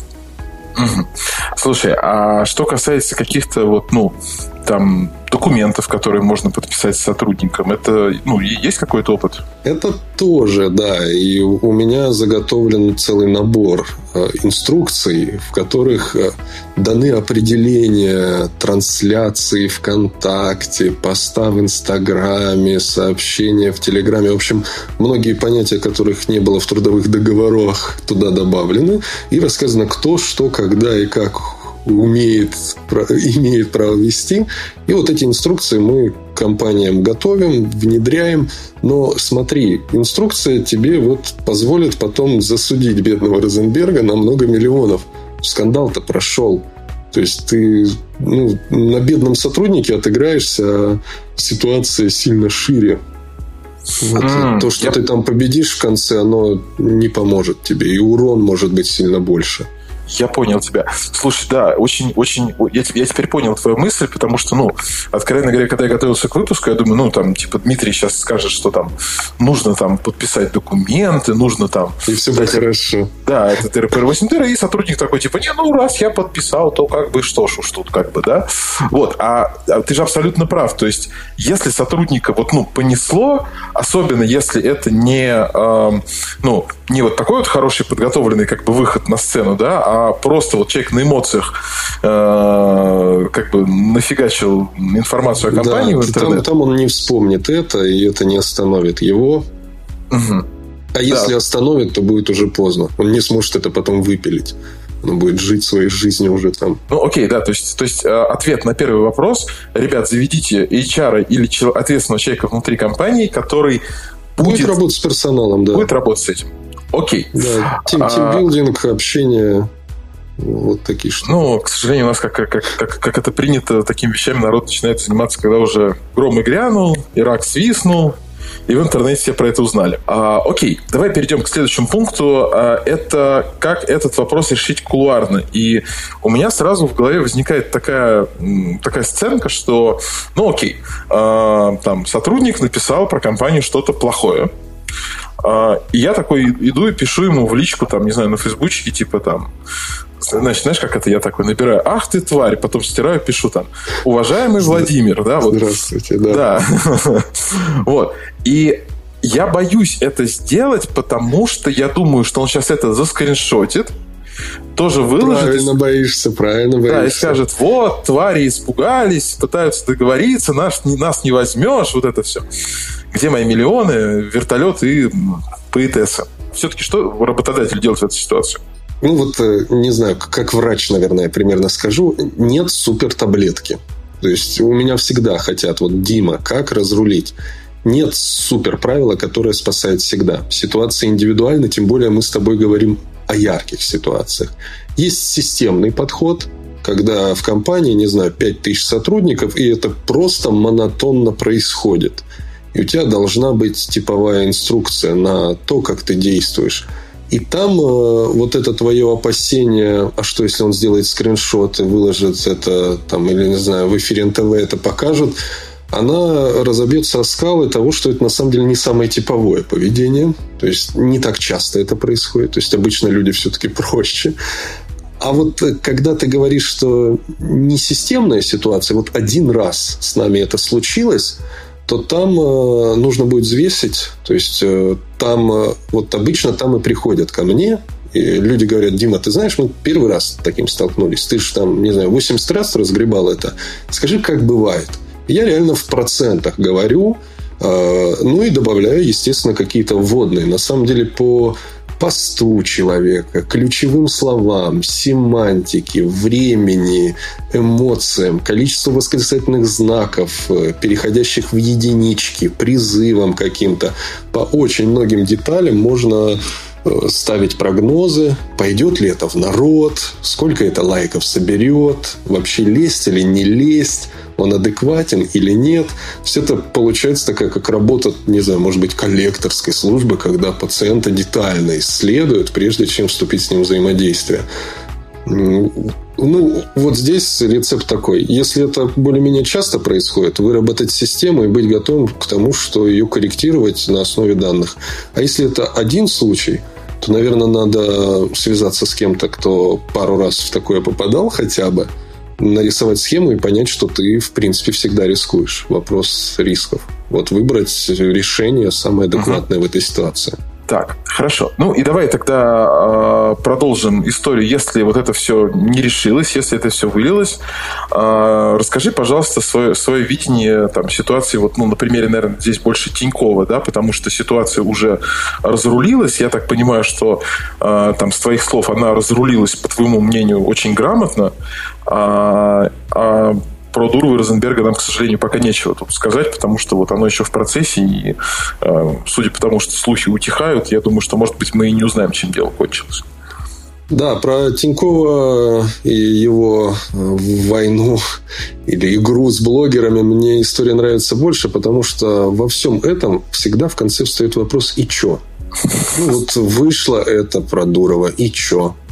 Слушай, а что касается каких-то вот, ну, там, документов, которые можно подписать с сотрудником, это, ну, есть какой-то опыт? Это тоже, да. И у меня заготовлен целый набор инструкций, в которых даны определения трансляции ВКонтакте, поста в Инстаграме, сообщения в Телеграме. В общем, многие понятия, которых не было в трудовых договорах, туда добавлены. И рассказано, кто, что, когда и как умеет, имеет право вести. И вот эти инструкции мы компаниям готовим, внедряем. Но смотри, инструкция тебе вот позволит потом засудить бедного Розенберга на много миллионов. Скандал-то прошел. То есть ты, ну, на бедном сотруднике отыграешься, а ситуация сильно шире. Вот. Mm, То, что я... ты там победишь в конце, оно не поможет тебе. И урон может быть сильно больше. Я понял тебя. Слушай, да, очень, очень... Я, я теперь понял твою мысль, потому что, ну, откровенно говоря, когда я готовился к выпуску, я думаю, ну, там, типа, Дмитрий сейчас скажет, что там нужно там подписать документы, нужно там... И все будет хорошо. Да, это тэ эр пэ эр восемь тэ эр, и сотрудник такой, типа, не, ну, раз я подписал, то как бы что ж уж тут, как бы, да? Вот, а, а ты же абсолютно прав. То есть, если сотрудника вот, ну, понесло, особенно если это не, э, ну, не вот такой вот хороший подготовленный, как бы, выход на сцену, да, а просто вот человек на эмоциях э, как бы нафигачил информацию о компании, да, в интернет. Там, там он не вспомнит это, и это не остановит его. Угу. А если да. остановит, то будет уже поздно. Он не сможет это потом выпилить. Он будет жить своей жизнью уже там. Ну, окей, да. То есть, то есть ответ на первый вопрос. Ребят, заведите эйч ар или ответственного человека внутри компании, который будет... Будет работать с персоналом, да. Будет работать с этим. Окей. Да, тим, тимбилдинг, общение, вот такие штуки. Ну, к сожалению, у нас, как, как, как, как это принято, такими вещами народ начинает заниматься, когда уже гром и грянул, Ирак свистнул, и в интернете все про это узнали. А, окей, давай перейдем к следующему пункту. А, это как этот вопрос решить кулуарно. И у меня сразу в голове возникает такая, такая сценка, что, ну окей, а, там сотрудник написал про компанию что-то плохое. И я такой иду и пишу ему в личку, там, не знаю, на фейсбучке, типа там, значит, знаешь, как это я такой набираю? Ах ты тварь, потом стираю, пишу там, уважаемый Владимир, да, вот. Здравствуйте, да. Да. Вот. И я боюсь это сделать, потому что я думаю, что он сейчас это заскриншотит, тоже выложит. Правильно боишься, правильно боишься. Да, и скажет, вот, твари испугались, пытаются договориться, нас, нас не возьмешь, вот это все. Где мои миллионы, вертолет и поэтесса? Все-таки что работодатель делает в этой ситуации? Ну, вот, не знаю, как врач, наверное, примерно скажу, нет супер таблетки. То есть, у меня всегда хотят, вот, Дима, как разрулить? Нет супер правила, которое спасает всегда. Ситуация индивидуальна, тем более мы с тобой говорим о ярких ситуациях. Есть системный подход, когда в компании, не знаю, пять тысяч сотрудников, и это просто монотонно происходит. И у тебя должна быть типовая инструкция на то, как ты действуешь. И там э, вот это твое опасение, а что, если он сделает скриншот и выложит это, там, или, не знаю, в эфире эн тэ вэ это покажут, она разобьется о скалы того, что это на самом деле не самое типовое поведение. То есть, не так часто это происходит. То есть, обычно люди все-таки проще. А вот когда ты говоришь, что не системная ситуация, вот один раз с нами это случилось, то там э, нужно будет взвесить. То есть, э, там э, вот обычно там и приходят ко мне. И люди говорят, Дима, ты знаешь, мы первый раз с таким столкнулись. Ты же там, не знаю, восемьдесят раз разгребал это. Скажи, как бывает. Я реально в процентах говорю. Э, ну и добавляю, естественно, какие-то вводные. На самом деле, по посту человека, ключевым словам, семантике, времени, эмоциям, количеству восклицательных знаков, переходящих в единички, призывам каким-то. По очень многим деталям можно ставить прогнозы, пойдет ли это в народ, сколько это лайков соберет, вообще лезть или не лезть, он адекватен или нет. Все это получается такая, как работа, не знаю, может быть, коллекторской службы, когда пациента детально исследуют, прежде чем вступить с ним в взаимодействие. Ну, вот здесь рецепт такой. Если это более-менее часто происходит, выработать систему и быть готовым к тому, что ее корректировать на основе данных. А если это один случай, то, наверное, надо связаться с кем-то, кто пару раз в такое попадал хотя бы, нарисовать схему и понять, что ты, в принципе, всегда рискуешь. Вопрос рисков. Вот выбрать решение самое адекватное uh-huh. в этой ситуации. Так, хорошо. Ну и давай тогда э, продолжим историю. Если вот это все не решилось, если это все вылилось, э, расскажи, пожалуйста, свое, свое видение там, ситуации. Вот, ну, на примере, наверное, здесь больше Тинькова, да, потому что ситуация уже разрулилась. Я так понимаю, что э, там, с твоих слов она разрулилась, по твоему мнению, очень грамотно. А, а про Дурова и Розенберга нам, к сожалению, пока нечего тут сказать, потому что вот оно еще в процессе, и э, судя по тому, что слухи утихают, я думаю, что, может быть, мы и не узнаем, чем дело кончилось. Да, про Тинькова и его войну или игру с блогерами мне история нравится больше, потому что во всем этом всегда в конце встает вопрос «и чё?». Ну, вот вышло это про Дурова, и чё?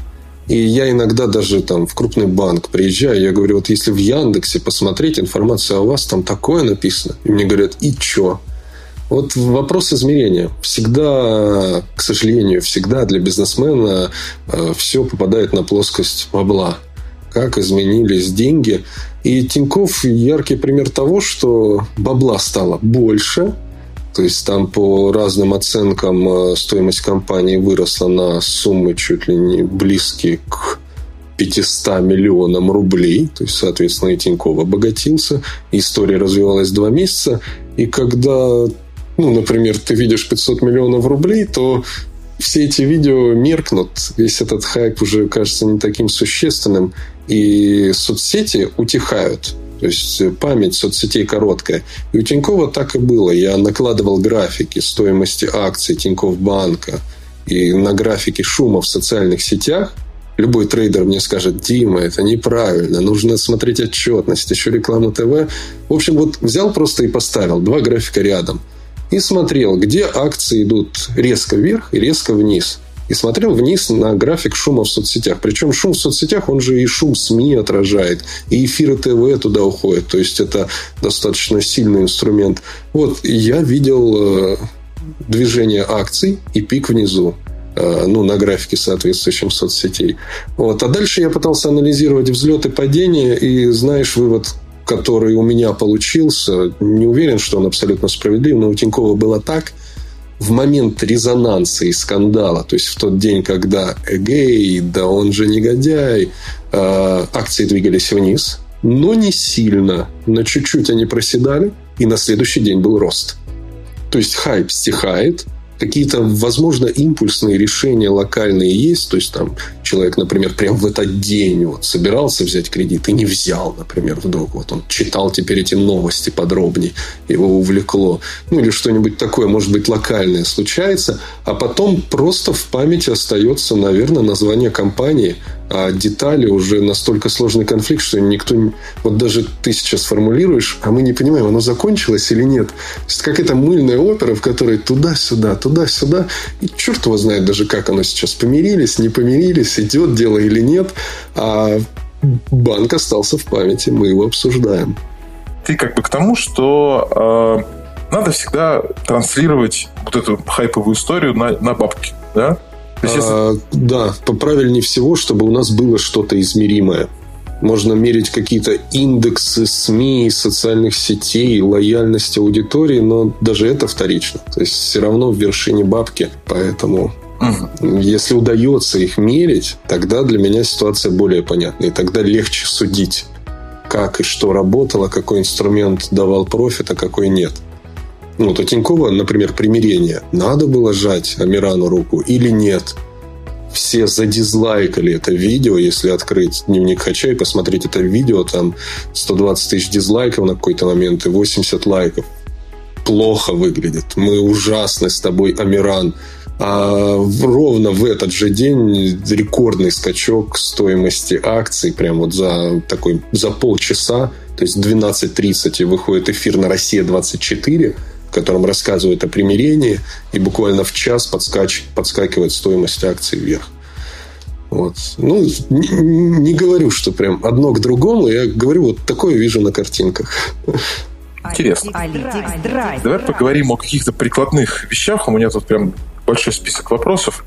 И я иногда даже там в крупный банк приезжаю, я говорю, вот если в Яндексе посмотреть информацию о вас, там такое написано. И мне говорят, и чё? Вот вопрос измерения. Всегда, к сожалению, всегда для бизнесмена все попадает на плоскость бабла. Как изменились деньги. И Тинькофф яркий пример того, что бабла стало больше. То есть там по разным оценкам стоимость компании выросла на суммы чуть ли не близкие к пятьсот миллионам рублей. То есть, соответственно, и Тинькофф обогатился. История развивалась два месяца. И когда, ну, например, ты видишь пятьсот миллионов рублей, то все эти видео меркнут. Весь этот хайп уже кажется не таким существенным. И соцсети утихают. То есть память соцсетей короткая. И у Тинькова так и было. Я накладывал графики стоимости акций Тинькофф-банка и на графики шума в социальных сетях. Любой трейдер мне скажет: Дима, это неправильно, нужно смотреть отчетность, еще рекламу ТВ. В общем, вот взял просто и поставил два графика рядом. И смотрел, где акции идут резко вверх и резко вниз. И смотрел вниз на график шума в соцсетях. Причем шум в соцсетях, он же и шум СМИ отражает. И эфиры ТВ туда уходят. То есть, это достаточно сильный инструмент. Вот, я видел движение акций и пик внизу. Ну, на графике соответствующем соцсетей. Вот. А дальше я пытался анализировать взлет и падение. И знаешь, вывод, который у меня получился, не уверен, что он абсолютно справедлив, но у Тинькова было так. В момент резонанса и скандала, то есть в тот день, когда эгей, да он же негодяй, акции двигались вниз, но не сильно, но чуть-чуть они проседали, и на следующий день был рост. То есть хайп стихает, какие-то, возможно, импульсные решения локальные есть. То есть, там человек, например, прямо в этот день вот, собирался взять кредит и не взял, например, вдруг. Вот он читал теперь эти новости подробнее, его увлекло. Ну, или что-нибудь такое, может быть, локальное случается. А потом просто в памяти остается, наверное, название компании. А детали уже настолько сложный конфликт, что никто... Вот даже ты сейчас формулируешь, а мы не понимаем, оно закончилось или нет. То есть, какая-то мыльная опера, в которой туда-сюда, туда-сюда. И черт его знает даже, как оно сейчас. Помирились, не помирились, идет дело или нет. А банк остался в памяти, мы его обсуждаем. Ты как бы к тому, что э, надо всегда транслировать вот эту хайповую историю на, на бабки, да? Есть, если... а, да, поправильнее всего, чтобы у нас было что-то измеримое. Можно мерить какие-то индексы СМИ, социальных сетей, лояльность аудитории, но даже это вторично. То есть, все равно в вершине бабки. Поэтому, угу. если удается их мерить, тогда для меня ситуация более понятна. И тогда легче судить, как и что работало, какой инструмент давал профит, а какой нет. Вот у Тинькова, например, примирение. Надо было жать Амирану руку или нет? Все задизлайкали это видео. Если открыть дневник Хача и посмотреть это видео, там сто двадцать тысяч дизлайков на какой-то момент и восемьдесят лайков. Плохо выглядит. Мы ужасны с тобой, Амиран. А ровно в этот же день рекордный скачок стоимости акций. Прям вот за, такой, за полчаса. То есть в двенадцать тридцать выходит эфир на Россия двадцать четыре, в котором рассказывают о примирении, и буквально в час подскач... подскакивает стоимость акций вверх. Вот. Ну, не, не говорю, что прям одно к другому, я говорю, вот такое вижу на картинках. Интересно. Давай поговорим о каких-то прикладных вещах. У меня тут прям большой список вопросов.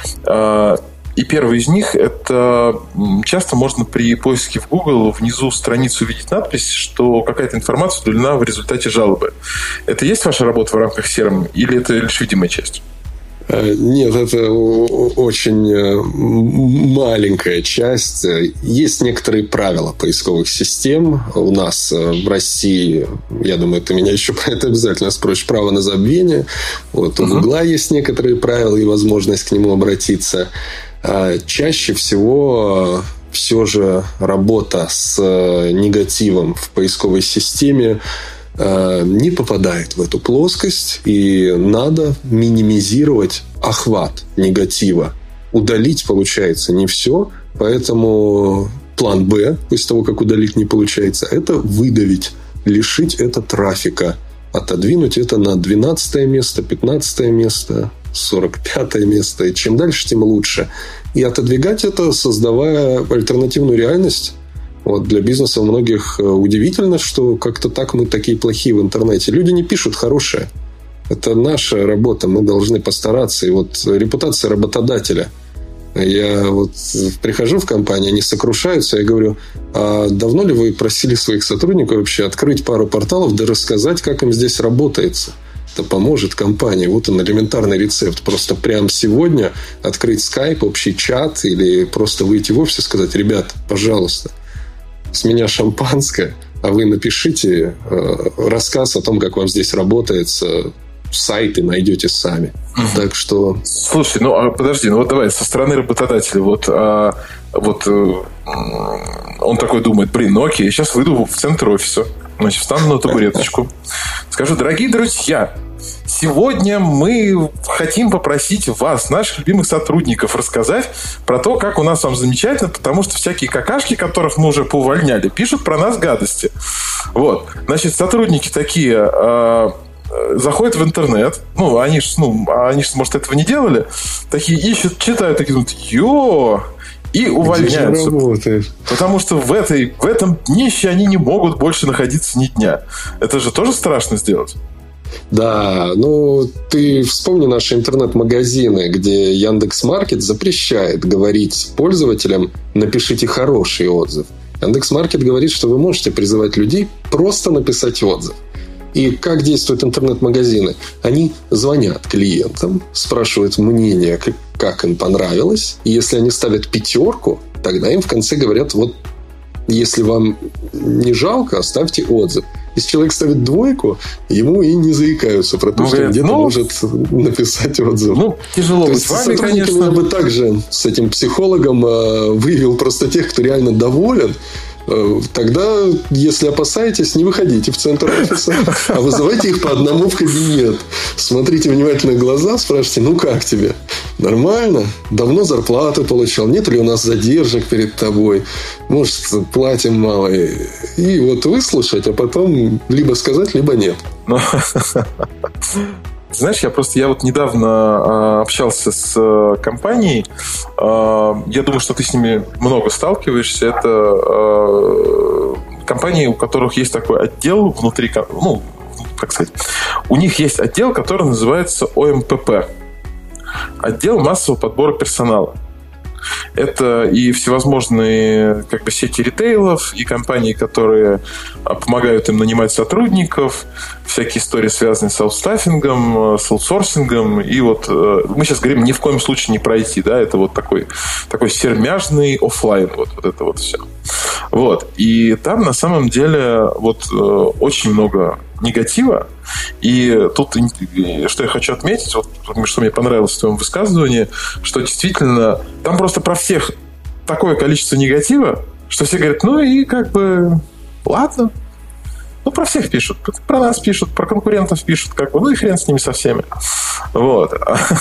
И первый из них – это часто можно при поиске в Google внизу страницы увидеть надпись, что какая-то информация удалена в результате жалобы. Это есть ваша работа в рамках серым или это лишь видимая часть? Нет, это очень маленькая часть. Есть некоторые правила поисковых систем. У нас в России, я думаю, ты меня еще про это обязательно спросишь, право на забвение. Вот у Гугла uh-huh. есть некоторые правила и возможность к нему обратиться. Чаще всего все же работа с негативом в поисковой системе не попадает в эту плоскость, и надо минимизировать охват негатива. Удалить получается не все, поэтому план Б, после того, как удалить не получается, это выдавить, лишить это трафика, отодвинуть это на двенадцатое место, пятнадцатое место, сорок пятое место. И чем дальше, тем лучше. и отодвигать это, создавая альтернативную реальность. Вот для бизнеса у многих удивительно, что как-то так мы такие плохие в интернете. Люди не пишут хорошее. Это наша работа, мы должны постараться. И вот репутация работодателя. Я вот прихожу в компанию, они сокрушаются, я говорю: а давно ли вы просили своих сотрудников вообще открыть пару порталов, да рассказать, как им здесь работается? Это поможет компании. Вот он, элементарный рецепт. Просто прямо сегодня открыть скайп, общий чат или просто выйти в офис и сказать: ребят, пожалуйста, с меня шампанское, а вы напишите э, рассказ о том, как вам здесь работается. Сайты найдете сами. Угу. Так что... Слушай, ну а подожди, ну вот давай со стороны работодателя. Вот, а, вот он такой думает: блин, ну окей, я сейчас выйду в центр офиса, значит, встану на табуреточку, скажу: дорогие друзья, сегодня мы хотим попросить вас, наших любимых сотрудников, рассказать про то, как у нас там замечательно, потому что всякие какашки, которых мы уже поувольняли, пишут про нас гадости. Вот. Значит, сотрудники такие... заходят в интернет, ну, они ж, ну, они ж, может, этого не делали, такие ищут, читают, такие думают: ё, и увольняются. Потому что в, этой, в этом днище они не могут больше находиться ни дня. Это же тоже страшно сделать. Да, ну, ты вспомни наши интернет-магазины, где Яндекс.Маркет запрещает говорить пользователям: напишите хороший отзыв. Яндекс.Маркет говорит, что вы можете призывать людей просто написать отзыв. И как действуют интернет-магазины? Они звонят клиентам, спрашивают мнение, как, как им понравилось. И если они ставят пятерку, тогда им в конце говорят: вот, если вам не жалко, оставьте отзыв. Если человек ставит двойку, ему и не заикаются про то, ну, что он где-то ну, может написать отзыв. Ну, тяжело быть с вами, конечно. Я бы также с этим психологом выявил просто тех, кто реально доволен. Тогда, если опасаетесь, не выходите в центр офиса, а вызывайте их по одному в кабинет. Смотрите внимательно в глаза, спрашивайте: ну как тебе? Нормально? Давно зарплату получал? Нет ли у нас задержек перед тобой? Может, платим мало? И вот выслушать, а потом либо сказать, либо нет. Знаешь, я просто я вот недавно э, общался с э, компанией. Э, я думаю, что ты с ними много сталкиваешься. Это э, компании, у которых есть такой отдел внутри, ну, как сказать, у них есть отдел, который называется о эм пэ пэ. Отдел массового подбора персонала. Это и всевозможные как бы сети ритейлов, и компании, которые помогают им нанимать сотрудников, всякие истории, связанные с аутстаффингом, с аутсорсингом. И вот мы сейчас говорим ни в коем случае не про ай ти, да, это вот такой, такой сермяжный офлайн, вот, вот это вот все. Вот. И там на самом деле вот очень много негатива. И тут, что я хочу отметить, вот, что мне понравилось в твоем высказывании, что действительно там просто про всех такое количество негатива, что все говорят: ну и как бы ладно. Ну, про всех пишут. Про нас пишут, про конкурентов пишут, как бы, ну и хрен с ними со всеми. Вот.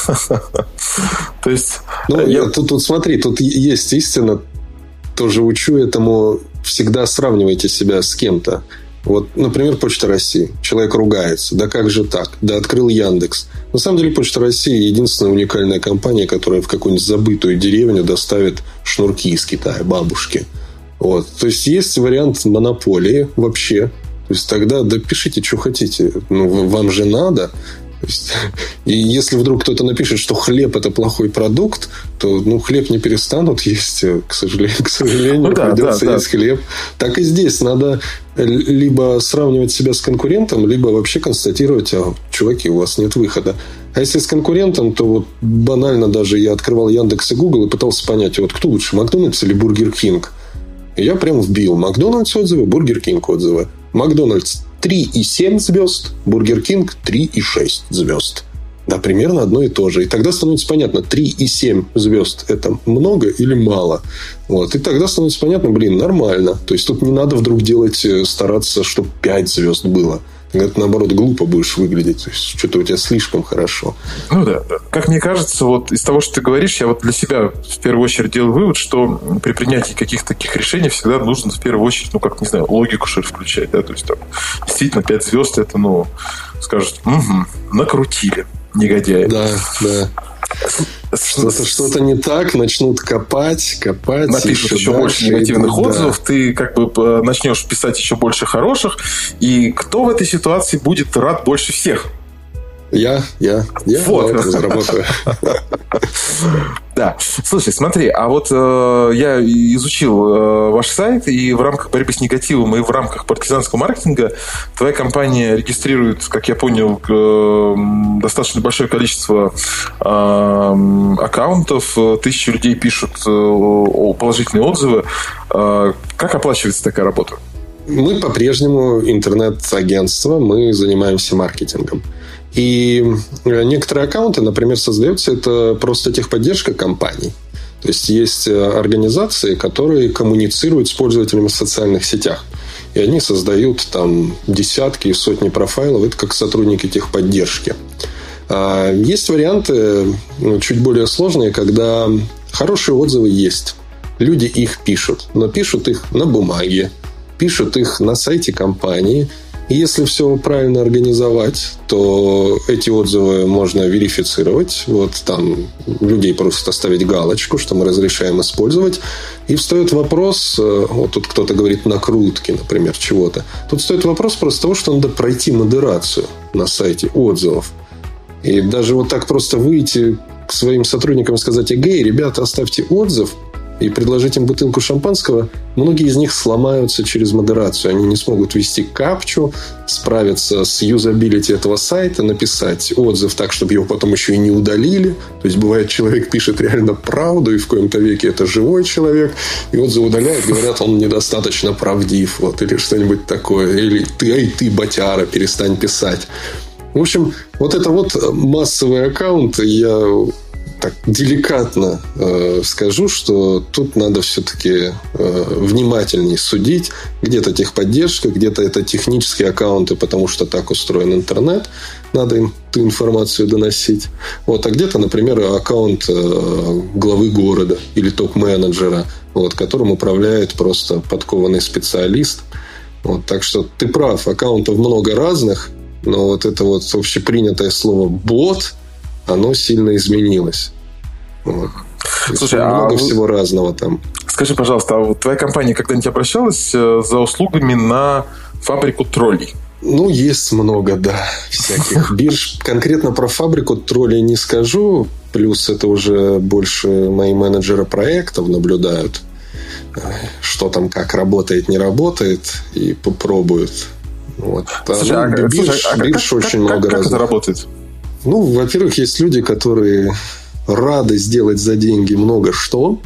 То есть... Ну, я... тут, тут смотри, тут есть истина. Тоже учу этому: всегда сравнивайте себя с кем-то. Вот, например, Почта России. Человек ругается. Да как же так? Да открыл Яндекс. На самом деле, Почта России единственная уникальная компания, которая в какую-нибудь забытую деревню доставит шнурки из Китая бабушке. Вот. То есть, есть вариант монополии вообще. То есть, тогда да пишите, что хотите. Ну, вам же надо. То есть, и если вдруг кто-то напишет, что хлеб – это плохой продукт, то ну, хлеб не перестанут есть, к сожалению. К сожалению, ну, да, придется да, есть да. хлеб. Так и здесь. Надо либо сравнивать себя с конкурентом, либо вообще констатировать: а, чуваки, у вас нет выхода. А если с конкурентом, то вот банально даже я открывал Яндекс и Google и пытался понять, вот кто лучше, Макдональдс или Бургер Кинг. И я прям вбил: Макдональдс отзывы, Бургер Кинг отзывы. Макдональдс три и семь звезд, Бургер Кинг три и шесть звезд. Да, примерно одно и то же. И тогда становится понятно, три и семь звезд – это много или мало. Вот. И тогда становится понятно, блин, нормально. То есть, тут не надо вдруг делать, стараться, чтобы пять звезд было. Тогда ты, наоборот, глупо будешь выглядеть. То есть, что-то у тебя слишком хорошо. Ну да, да. Как мне кажется, вот из того, что ты говоришь, я вот для себя в первую очередь делаю вывод, что при принятии каких-то таких решений всегда нужно в первую очередь, ну, как, не знаю, логику, что ли, включать. Да? То есть, там, действительно, пять звезд – это, ну, скажут, угу, накрутили негодяи. Да, да. что-то, что-то не так, начнут копать, копать. Напишут еще, еще больше негативных и, отзывов, да. Ты как бы начнешь писать еще больше хороших. И кто в этой ситуации будет рад больше всех? Я, я, я вот. разработаю. Да. Слушай, смотри, а вот э, я изучил э, ваш сайт, и в рамках борьбы с негативом и в рамках партизанского маркетинга твоя компания регистрирует, как я понял, э, достаточно большое количество э, аккаунтов, тысячи людей пишут э, положительные отзывы. Э, как оплачивается такая работа? Мы по-прежнему интернет-агентство, мы занимаемся маркетингом. И некоторые аккаунты, например, создаются, это просто техподдержка компаний. То есть, есть организации, которые коммуницируют с пользователями в социальных сетях. И они создают там десятки и сотни профайлов. Это как сотрудники техподдержки. Есть варианты чуть более сложные, когда хорошие отзывы есть. Люди их пишут. Но пишут их на бумаге. Пишут их на сайте компании. И если все правильно организовать, то эти отзывы можно верифицировать. Вот там людей просто ставить галочку, что мы разрешаем использовать. И встает вопрос, вот тут кто-то говорит накрутки, например, чего-то. Тут встает вопрос просто того, что надо пройти модерацию на сайте отзывов. И даже вот так просто выйти к своим сотрудникам и сказать: «Эгей, ребята, оставьте отзыв», и предложить им бутылку шампанского, многие из них сломаются через модерацию. Они не смогут ввести капчу, справиться с юзабилити этого сайта, написать отзыв так, чтобы его потом еще и не удалили. То есть, бывает, человек пишет реально правду, и в коем-то веке это живой человек, и отзыв удаляют, говорят, он недостаточно правдив, вот, или что-нибудь такое. Или ты, эй, ты, ботяра, перестань писать. В общем, вот это вот массовый аккаунт, я... так деликатно э, скажу, что тут надо все-таки э, внимательнее судить. Где-то техподдержка, где-то это технические аккаунты, потому что так устроен интернет. Надо им ту информацию доносить. Вот. А где-то, например, аккаунт э, главы города или топ-менеджера, вот, которым управляет просто подкованный специалист. Вот. Так что ты прав, аккаунтов много разных, но вот это вот общепринятое слово «бот», оно сильно изменилось. Вот. Слушай, много а всего вы... разного там. Скажи, пожалуйста, а вот твоя компания когда-нибудь обращалась за услугами на фабрику троллей? Ну, есть много, да, всяких бирж. Конкретно про фабрику троллей не скажу. Плюс это уже больше мои менеджеры проектов наблюдают, что там, как работает, не работает, и попробуют. Вот. Слушай, а, а, бирж, слушай, а бирж как, очень как, много как, как разных. Это работает? Ну, во-первых, есть люди, которые рады сделать за деньги много что.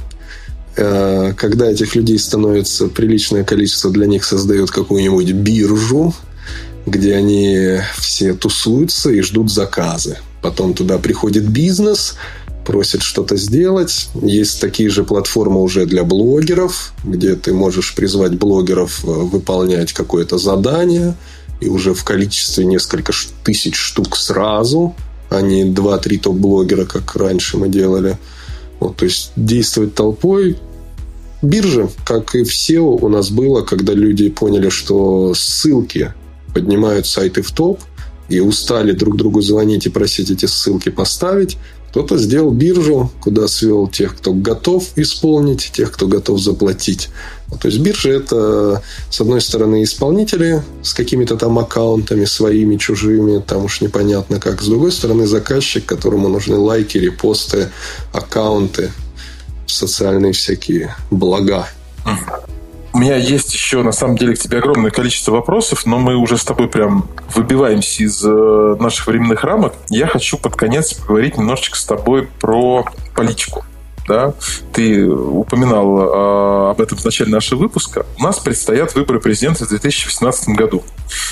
Когда этих людей становится приличное количество, для них создают какую-нибудь биржу, где они все тусуются и ждут заказы. Потом туда приходит бизнес, просит что-то сделать. Есть такие же платформы уже для блогеров, где ты можешь призвать блогеров выполнять какое-то задание, и уже в количестве несколько тысяч штук сразу, а не два-три топ-блогера, как раньше мы делали. Вот, то есть действовать толпой. Биржа, как и в сео, у нас было, когда люди поняли, что ссылки поднимают сайты в топ, и устали друг другу звонить и просить эти ссылки поставить. Кто-то сделал биржу, куда свел тех, кто готов исполнить, тех, кто готов заплатить. То есть биржа – это, с одной стороны, исполнители с какими-то там аккаунтами своими, чужими, там уж непонятно как. С другой стороны, заказчик, которому нужны лайки, репосты, аккаунты, социальные всякие блага. У меня есть еще, на самом деле, к тебе огромное количество вопросов, но мы уже с тобой прям выбиваемся из э, наших временных рамок. Я хочу под конец поговорить немножечко с тобой про политику. Да? Ты упоминал э, об этом в начале нашего выпуска. У нас предстоят выборы президента в две тысячи восемнадцатом году.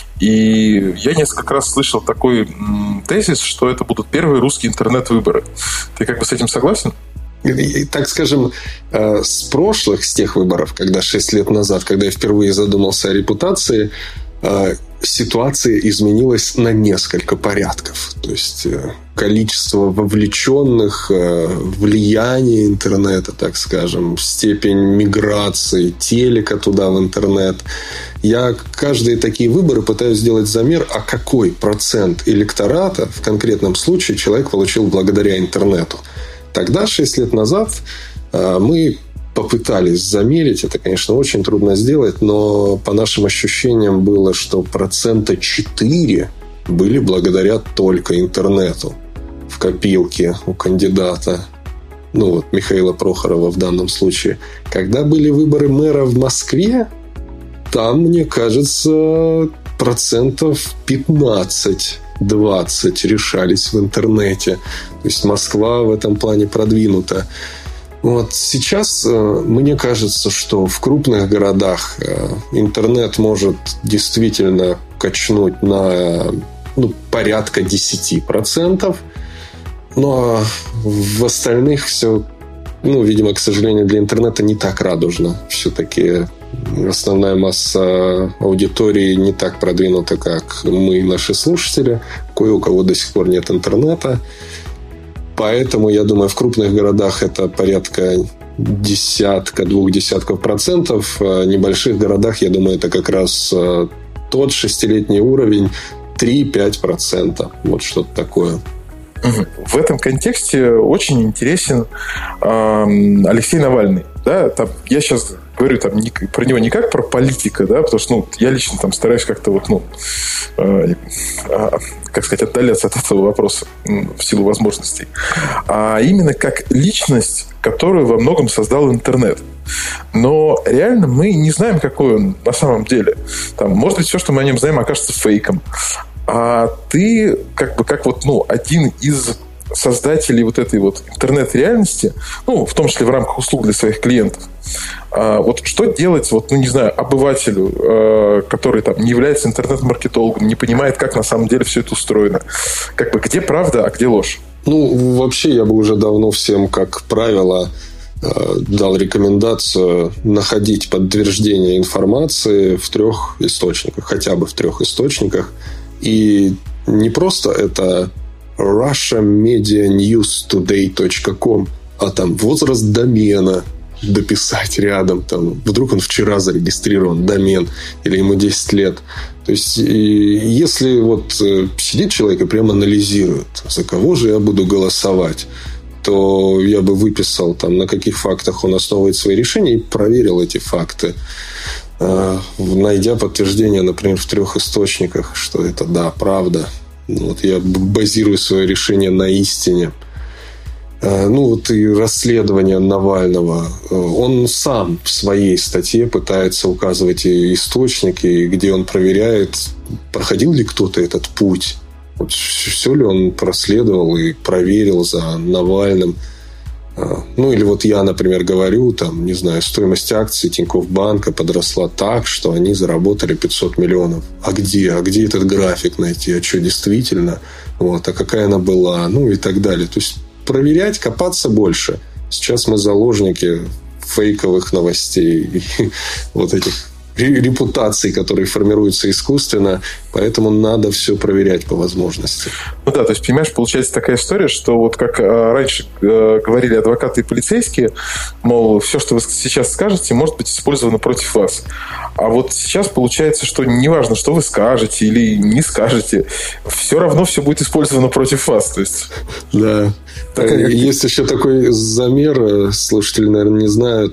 И я несколько раз слышал такой м, тезис, что это будут первые русские интернет-выборы. Ты как бы с этим согласен? И, так скажем, с прошлых, с тех выборов, когда шесть лет назад, когда я впервые задумался о репутации, ситуация изменилась на несколько порядков. То есть количество вовлеченных, влияние интернета, так скажем, степень миграции телека туда в интернет. Я каждые такие выборы пытаюсь сделать замер, а какой процент электората в конкретном случае человек получил благодаря интернету. Тогда, шесть лет назад, мы попытались замерить. Это, конечно, очень трудно сделать, но по нашим ощущениям было, что процента четыре были благодаря только интернету в копилке у кандидата. Ну, вот Михаила Прохорова в данном случае. Когда были выборы мэра в Москве, там, мне кажется, процентов пятнадцать-двадцать решались в интернете. То есть Москва в этом плане продвинута. Вот сейчас мне кажется, что в крупных городах интернет может действительно качнуть на ну, порядка десять процентов. Но в остальных все, ну, видимо, к сожалению, для интернета не так радужно. Все-таки основная масса аудитории не так продвинута, как мы и наши слушатели. Кое у кого до сих пор нет интернета. Поэтому, я думаю, в крупных городах это порядка десятка, двух десятков процентов. В небольших городах, я думаю, это как раз тот шестилетний уровень три-пять процентов. Вот что-то такое. В этом контексте очень интересен э, Алексей Навальный. Да? Там, я сейчас говорю там, не, про него не как про политика, да, потому что ну, я лично там стараюсь как-то вот, ну, э, э, как сказать, отдаляться от этого вопроса э, в силу возможностей, а именно как личность, которую во многом создал интернет. Но реально мы не знаем, какой он на самом деле. Там, может быть, все, что мы о нем знаем, окажется фейком. А ты как бы как вот, ну, один из создателей вот этой вот интернет-реальности, ну, в том числе в рамках услуг для своих клиентов. А вот что делать, вот, ну, не знаю, обывателю, э, который там не является интернет-маркетологом, не понимает, как на самом деле все это устроено? Как бы где правда, а где ложь? Ну, вообще, я бы уже давно всем, как правило, дал рекомендацию находить подтверждение информации в трех источниках, хотя бы в трех источниках. И не просто это russia media news today точка ком, а там возраст домена дописать рядом. Там, вдруг он вчера зарегистрирован, домен, или ему десять лет. То есть, если вот сидит человек и прямо анализирует, за кого же я буду голосовать, то я бы выписал, там, на каких фактах он основывает свои решения, и проверил эти факты, найдя подтверждение, например, в трех источниках, что это, да, правда. Вот я базирую свое решение на истине. Ну, вот и расследование Навального. Он сам в своей статье пытается указывать и источники, где он проверяет, проходил ли кто-то этот путь. Вот все ли он проследовал и проверил за Навальным. Ну, или вот я, например, говорю, там, не знаю, стоимость акций Тинькофф банка подросла так, что они заработали пятьсот миллионов. А где? А где этот график найти? А что, действительно? Вот, а какая она была? Ну, и так далее. То есть, проверять, копаться больше. Сейчас мы заложники фейковых новостей и вот этих репутаций, которые формируются искусственно, поэтому надо все проверять по возможности. Ну да, то есть, понимаешь, получается такая история, что вот как э, раньше э, говорили адвокаты и полицейские, мол, все, что вы сейчас скажете, может быть использовано против вас. А вот сейчас получается, что неважно, что вы скажете или не скажете, все равно все будет использовано против вас. То есть... Да. Такая... Есть еще такой замер, слушатели, наверное, не знают.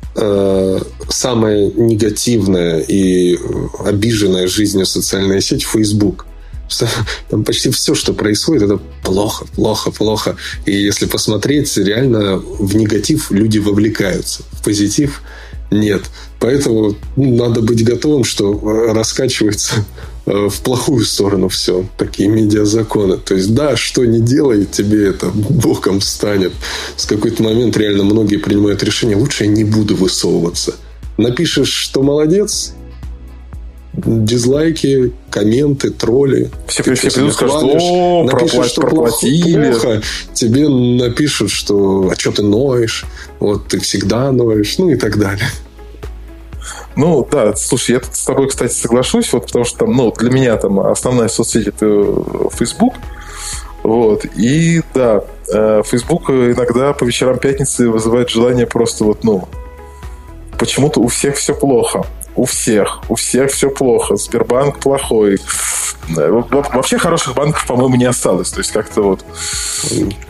Самая негативная и обиженная жизнью социальная сеть – Facebook. Там почти все, что происходит, это плохо, плохо, плохо. И если посмотреть, реально в негатив люди вовлекаются. В позитив нет. Поэтому надо быть готовым, что раскачивается в плохую сторону все. Такие медиазаконы. То есть, да, что не делай, тебе это боком встанет. С какой-то момент реально многие принимают решение: лучше я не буду высовываться. Напишешь, что молодец, дизлайки, комменты, тролли. Все, все придут, скажут: о, напишешь, что проплатили. Плохо, тебе напишут, что а что ты ноешь, вот ты всегда ноешь, ну и так далее. Ну, да, слушай, я тут с тобой, кстати, соглашусь, вот, потому что там, ну, для меня там основная соцсеть – это Facebook. Вот. И, да, Facebook иногда по вечерам пятницы вызывает желание просто вот, ну, почему-то у всех все плохо. У всех. У всех все плохо. Сбербанк плохой. Вообще хороших банков, по-моему, не осталось. То есть, как-то вот...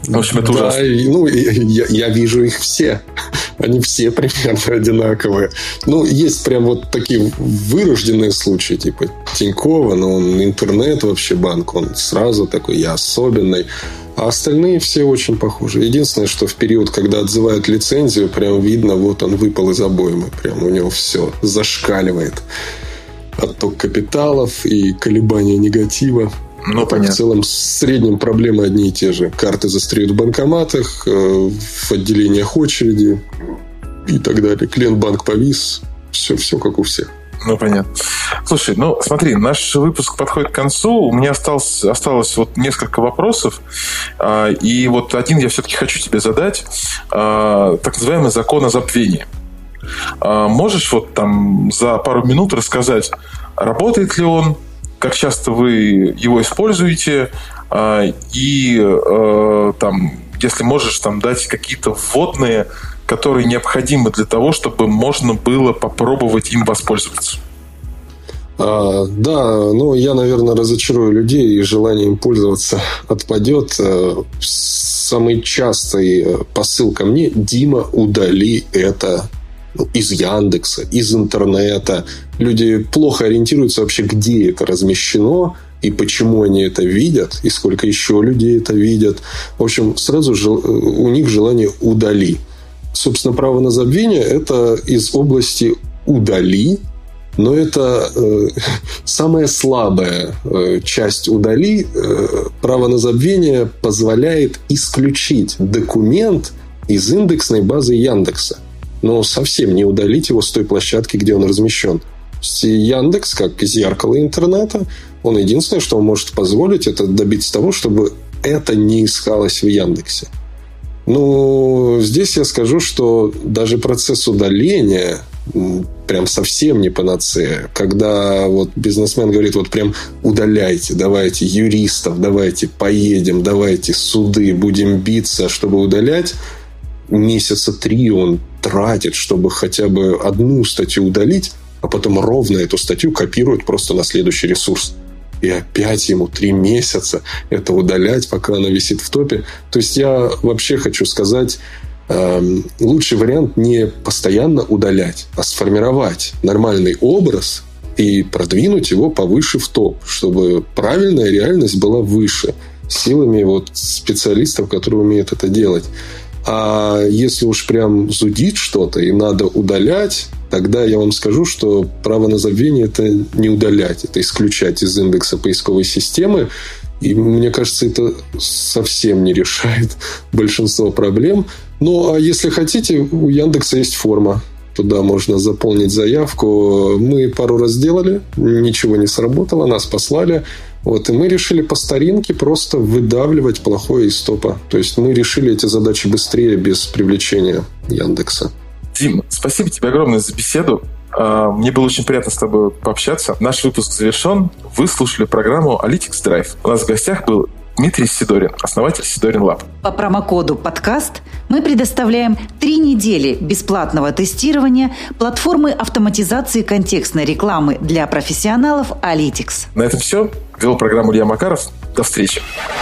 В общем, это да, ужасно. И, ну, я, я вижу их все. Они все примерно одинаковые. Ну, есть прям вот такие вырожденные случаи, типа Тинькова, но он интернет вообще банк, он сразу такой, я особенный. А остальные все очень похожи. Единственное, что в период, когда отзывают лицензию, прям видно, вот он выпал из обоймы. Прям у него все зашкаливает. Отток капиталов и колебания негатива. Ну, так, в целом, в среднем проблемы одни и те же. Карты застряют в банкоматах, в отделениях очереди и так далее. Клиент-банк повис. Все, все как у всех. Ну, понятно. Слушай, ну, смотри, наш выпуск подходит к концу. У меня осталось, осталось вот несколько вопросов. И вот один я все-таки хочу тебе задать. Так называемый закон о забвении. Можешь вот там за пару минут рассказать, работает ли он, как часто вы его используете, и там, если можешь, там дать какие-то вводные, которые необходимы для того, чтобы можно было попробовать им воспользоваться. А, да, ну, я, наверное, разочарую людей, и желание им пользоваться отпадет. Самый частый посыл ко мне: Дима, удали это из Яндекса, из интернета. Люди плохо ориентируются вообще, где это размещено, и почему они это видят, и сколько еще людей это видят. В общем, сразу же у них желание удали. Собственно, право на забвение – это из области удали, но это э, самая слабая э, часть удали. Э, право на забвение позволяет исключить документ из индексной базы Яндекса, но совсем не удалить его с той площадки, где он размещен. Яндекс, как зеркало интернета, он единственное, что он может позволить, это добиться того, чтобы это не искалось в Яндексе. Ну, здесь я скажу, что даже процесс удаления прям совсем не панацея. Когда вот бизнесмен говорит, вот прям удаляйте, давайте юристов, давайте поедем, давайте суды, будем биться, чтобы удалять, месяца три он тратит, чтобы хотя бы одну статью удалить, а потом ровно эту статью копирует просто на следующий ресурс. И опять ему три месяца это удалять, пока она висит в топе. То есть я вообще хочу сказать, э, лучший вариант не постоянно удалять, а сформировать нормальный образ и продвинуть его повыше в топ, чтобы правильная реальность была выше, силами вот специалистов, которые умеют это делать. А если уж прям зудит что-то и надо удалять, тогда я вам скажу, что право на забвение – это не удалять, это исключать из индекса поисковой системы. И мне кажется, это совсем не решает большинство проблем. Ну, а если хотите, у Яндекса есть форма. Туда можно заполнить заявку. Мы пару раз делали, ничего не сработало, нас послали. Вот, и мы решили по старинке просто выдавливать плохое из топа. То есть мы решили эти задачи быстрее, без привлечения Яндекса. Дим, спасибо тебе огромное за беседу. Мне было очень приятно с тобой пообщаться. Наш выпуск завершен. Вы слушали программу Analytics Drive. У нас в гостях был Дмитрий Сидорин, основатель Сидорин Lab. По промокоду «Подкаст» мы предоставляем три недели бесплатного тестирования платформы автоматизации контекстной рекламы для профессионалов Analytics. На этом все. Вел программу Илья Макаров. До встречи.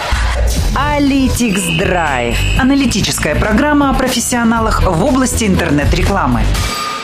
Analytics Drive. Аналитическая программа о профессионалах в области интернет-рекламы.